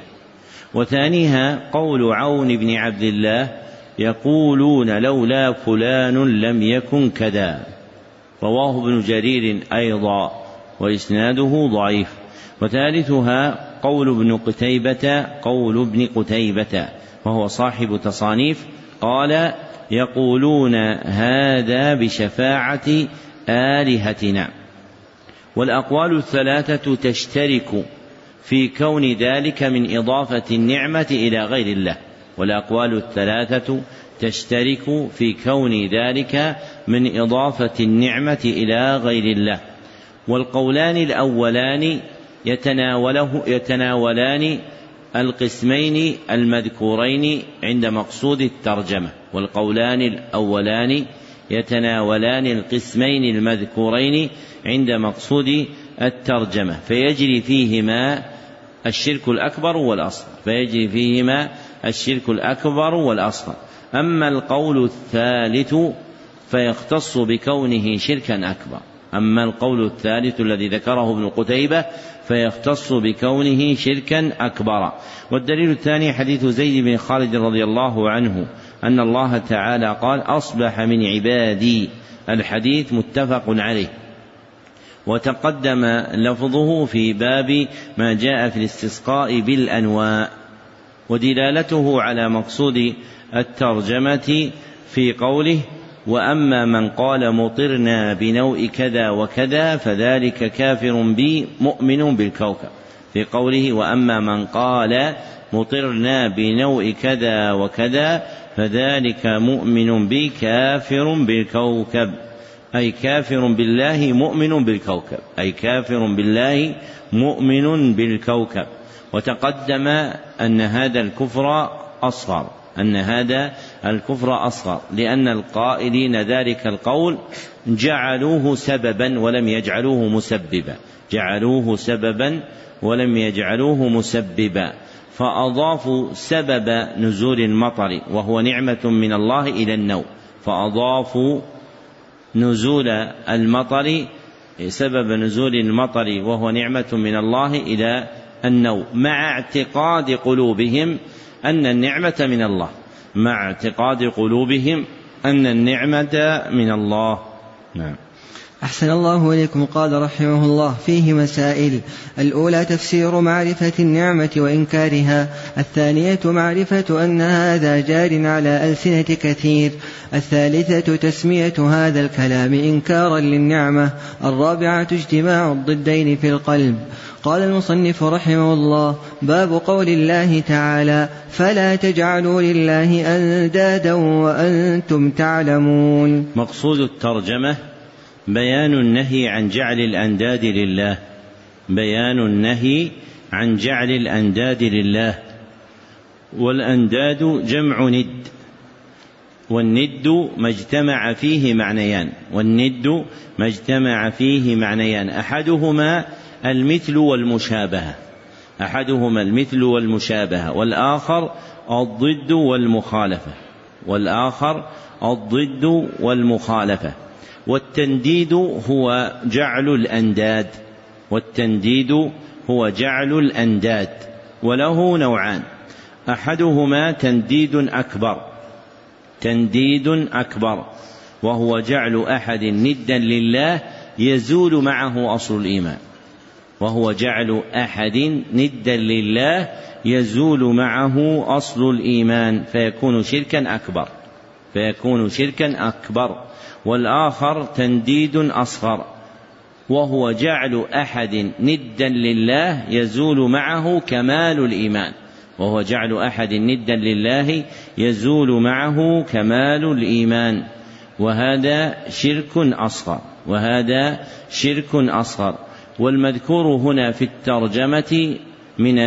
[SPEAKER 1] وثانيها قول عون بن عبد الله: يقولون لولا فلان لم يكن كذا، رواه ابن جرير أيضا وإسناده ضعيف. وثالثها قول ابن قتيبة وهو صاحب تصانيف قال: يقولون هذا بشفاعة آلهتنا. والأقوال الثلاثة تشترك في كون ذلك من إضافة النعمة إلى غير الله. والأقوال الثلاثة تشترك في كون ذلك من إضافة النعمة إلى غير الله. والقولان الأولان يتناولان القسمين المذكورين عند مقصود الترجمة. والقولان الأولان يتناولان القسمين المذكورين عند مقصود الترجمة، فيجري فيهما الشرك الأكبر والأصغر. أما القول الثالث فيختص بكونه شركا أكبر. أما القول الثالث الذي ذكره ابن قتيبة فيختص بكونه شركا أكبر. والدليل الثاني حديث زيد بن خالد رضي الله عنه أن الله تعالى قال: أصبح من عبادي. الحديث متفق عليه، وتقدم لفظه في باب ما جاء في الاستسقاء بالأنواء. ودلالته على مقصود الترجمة في قوله: وأما من قال مطرنا بنوء كذا وكذا فذلك كافر بي مؤمن بالكوكب. في قوله: وأما من قال مطرنا بنوء كذا وكذا فذلك مؤمن بي كافر بالكوكب، أي كافر بالله مؤمن بالكوكب. وتقدم أن هذا الكفر أصغر، لأن القائلين ذلك القول جعلوه سببا ولم يجعلوه مسببا، فأضافوا سبب نزول المطر وهو نعمة من الله إلى النوء، فأضافوا سبب نزول المطر وهو نعمة من الله إلى النوء، مع اعتقاد قلوبهم أن النعمة من الله. نعم.
[SPEAKER 2] أحسن الله إليكم. قال رحمه الله: فيه مسائل: الأولى تفسير معرفة النعمة وإنكارها، الثانية معرفة أن هذا جار على ألسنة كثير، الثالثة تسمية هذا الكلام إنكارا للنعمة، الرابعة اجتماع الضدين في القلب. قال المصنف رحمه الله: باب قول الله تعالى: فلا تجعلوا لله أندادا وأنتم تعلمون.
[SPEAKER 1] مقصود الترجمة بيان النهي عن جعل الأنداد لله. والأنداد جمع ند، والند ما اجتمع فيه معنيان، أحدهما المثل والمشابهة، والآخر الضد والمخالفة. والتنديد هو جعل الأنداد، وله نوعان: أحدهما تنديد أكبر وهو جعل أحد ندا لله يزول معه أصل الإيمان فيكون شركا أكبر. والآخر تنديد أصغر وهو جعل أحد ندا لله يزول معه كمال الإيمان، وهذا شرك أصغر. والمذكور هنا في الترجمة من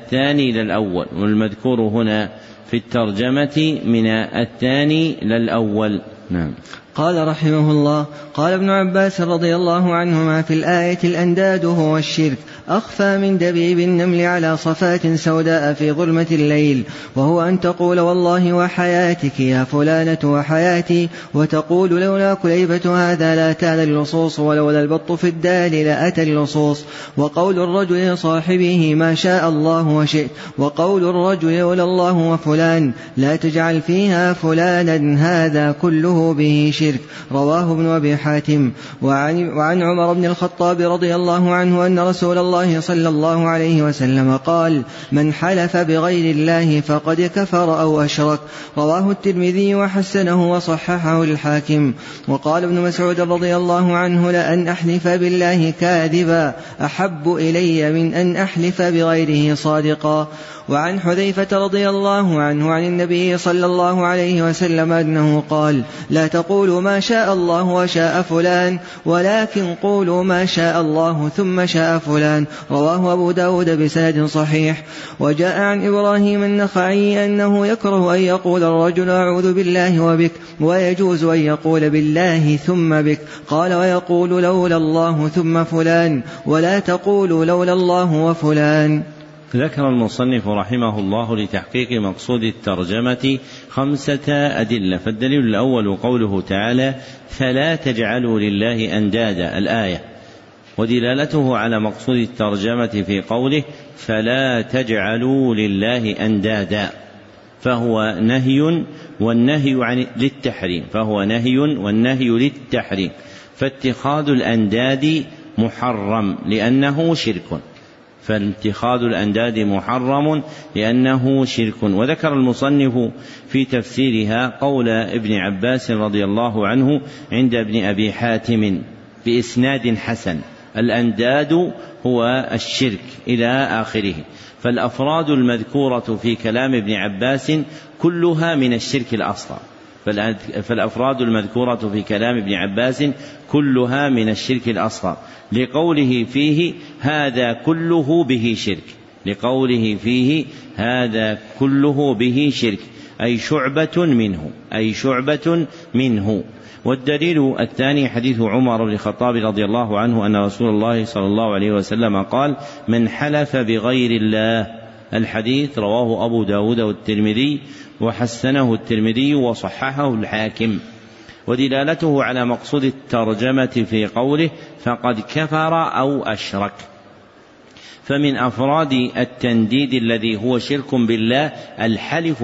[SPEAKER 1] الثاني للأول. نعم.
[SPEAKER 2] قال رحمه الله: قال ابن عباس رضي الله عنهما: في الآية الأنداد هو الشرك أخفى من دبيب النمل على صفات سوداء في ظلمة الليل، وهو أن تقول والله وحياتك يا فلانة وحياتي، وتقول لولا كليبة هذا لا تال اللصوص، ولولا البط في الدال لأتى اللصوص. وقول الرجل لصاحبه ما شاء الله وشئت، وقول الرجل لولا الله وفلان لا تجعل فيها فلانا، هذا كله به شرك. رواه ابن أبي حاتم. وعن عمر بن الخطاب رضي الله عنه أن رسول الله الله صلى الله عليه وسلم قال: من حلف بغير الله فقد كفر أو أشرك. رواه الترمذي وحسنه وصححه الحاكم. وقال ابن مسعود رضي الله عنه: لأن أحلف بالله كاذبا أحب إلي من أن أحلف بغيره صادقا. وعن حذيفة رضي الله عنه عن النبي صلى الله عليه وسلم أنه قال: لا تقولوا ما شاء الله وشاء فلان، ولكن قولوا ما شاء الله ثم شاء فلان. رواه أبو داود بسند صحيح. وجاء عن إبراهيم النخعي أنه يكره أن يقول الرجل أعوذ بالله وبك، ويجوز أن يقول بالله ثم بك. قال: ويقول لولا الله ثم فلان، ولا تقولوا لولا الله وفلان.
[SPEAKER 1] ذكر المصنف رحمه الله لتحقيق مقصود الترجمة 5 أدلة. فالدليل الأول قوله تعالى: فلا تجعلوا لله أندادا، الآية، ودلالته على مقصود الترجمة في قوله فلا تجعلوا لله أندادا، فهو نهي والنهي للتحريم، فاتخاذ الأنداد محرم لأنه شرك، وذكر المصنف في تفسيرها قول ابن عباس رضي الله عنه عند ابن أبي حاتم بإسناد حسن: الأنداد هو الشرك إلى آخره. فالأفراد المذكورة في كلام ابن عباس كلها من الشرك الأصغر، لقوله فيه هذا كله به شرك، أي شعبة منه. والدليل الثاني حديث عمر بن الخطاب رضي الله عنه أن رسول الله صلى الله عليه وسلم قال: من حلف بغير الله، الحديث رواه أبو داود والترمذي وحسنه الترمذي وصححه الحاكم. ودلالته على مقصود الترجمة في قوله فقد كفر أو أشرك. فمن أفراد التنديد الذي هو شرك بالله الحلف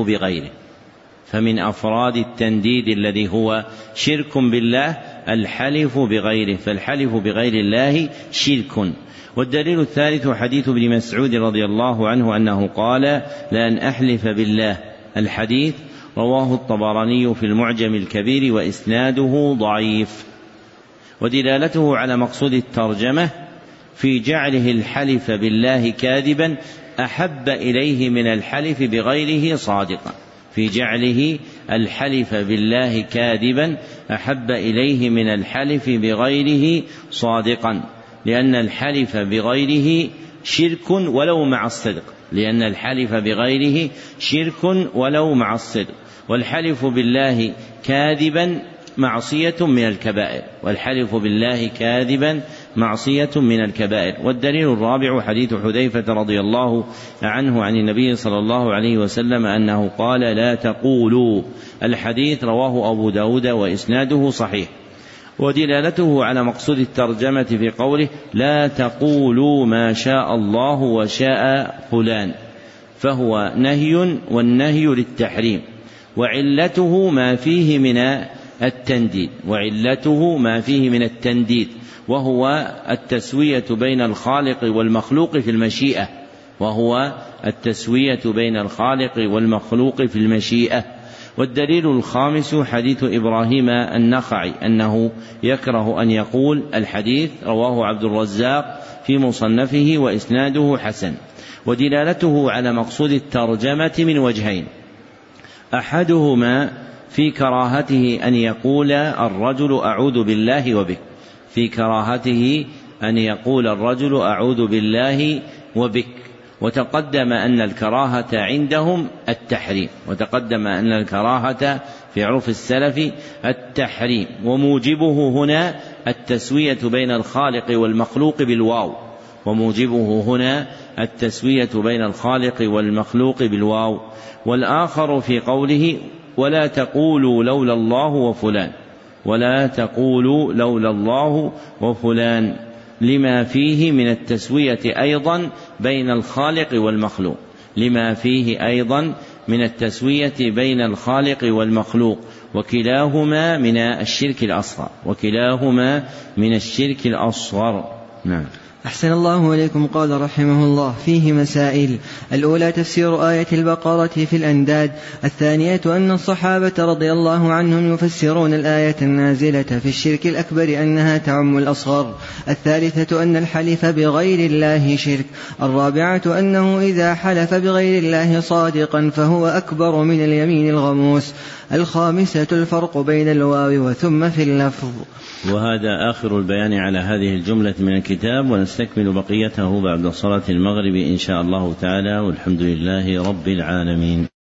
[SPEAKER 1] بغيره، فالحلف بغير الله شرك. والدليل الثالث حديث ابن مسعود رضي الله عنه أنه قال: لأن أحلف بالله، الحديث رواه الطبراني في المعجم الكبير وإسناده ضعيف. ودلالته على مقصود الترجمة في جعله الحلف بالله كاذبا أحب إليه من الحلف بغيره صادقا، لأن الحلف بغيره شرك ولو مع الصدق، والحلف بالله كاذبا معصية من الكبائر. والدليل الرابع حديث حذيفة رضي الله عنه عن النبي صلى الله عليه وسلم أنه قال: لا تقولوا، الحديث رواه أبو داود وإسناده صحيح. ودلالته على مقصود الترجمة في قوله لا تقولوا ما شاء الله وشاء فلان، فهو نهي، والنهي للتحريم، وعلته ما فيه من التنديد، وهو التسوية بين الخالق والمخلوق في المشيئة. والدليل الخامس حديث إبراهيم النخعي أنه يكره أن يقول، الحديث رواه عبد الرزاق في مصنفه وإسناده حسن. ودلالته على مقصود الترجمة من وجهين: أحدهما في كراهته أن يقول الرجل أعوذ بالله وبك، وتقدم أن الكراهة عندهم التحريم، في عرف السلف التحريم، وموجبه هنا التسوية بين الخالق بالواو. والآخر في قوله ولا تقولوا لولا الله وفلان، لما فيه من التسوية أيضا بين الخالق والمخلوق، وكلاهما من الشرك الأصغر. نعم.
[SPEAKER 2] أحسن الله إليكم. قال رحمه الله: فيه مسائل. الأولى تفسير آية البقرة في الأنداد. الثانية أن الصحابة رضي الله عنهم يفسرون الآية النازلة في الشرك الأكبر أنها تعم الأصغر. الثالثة أن الحلف بغير الله شرك. الرابعة أنه إذا حلف بغير الله صادقا فهو أكبر من اليمين الغموس. الخامسة الفرق بين الواو وثم في اللفظ.
[SPEAKER 1] وهذا آخر البيان على هذه الجملة من الكتاب، ونستكمل بقيته بعد صلاة المغرب إن شاء الله تعالى، والحمد لله رب العالمين.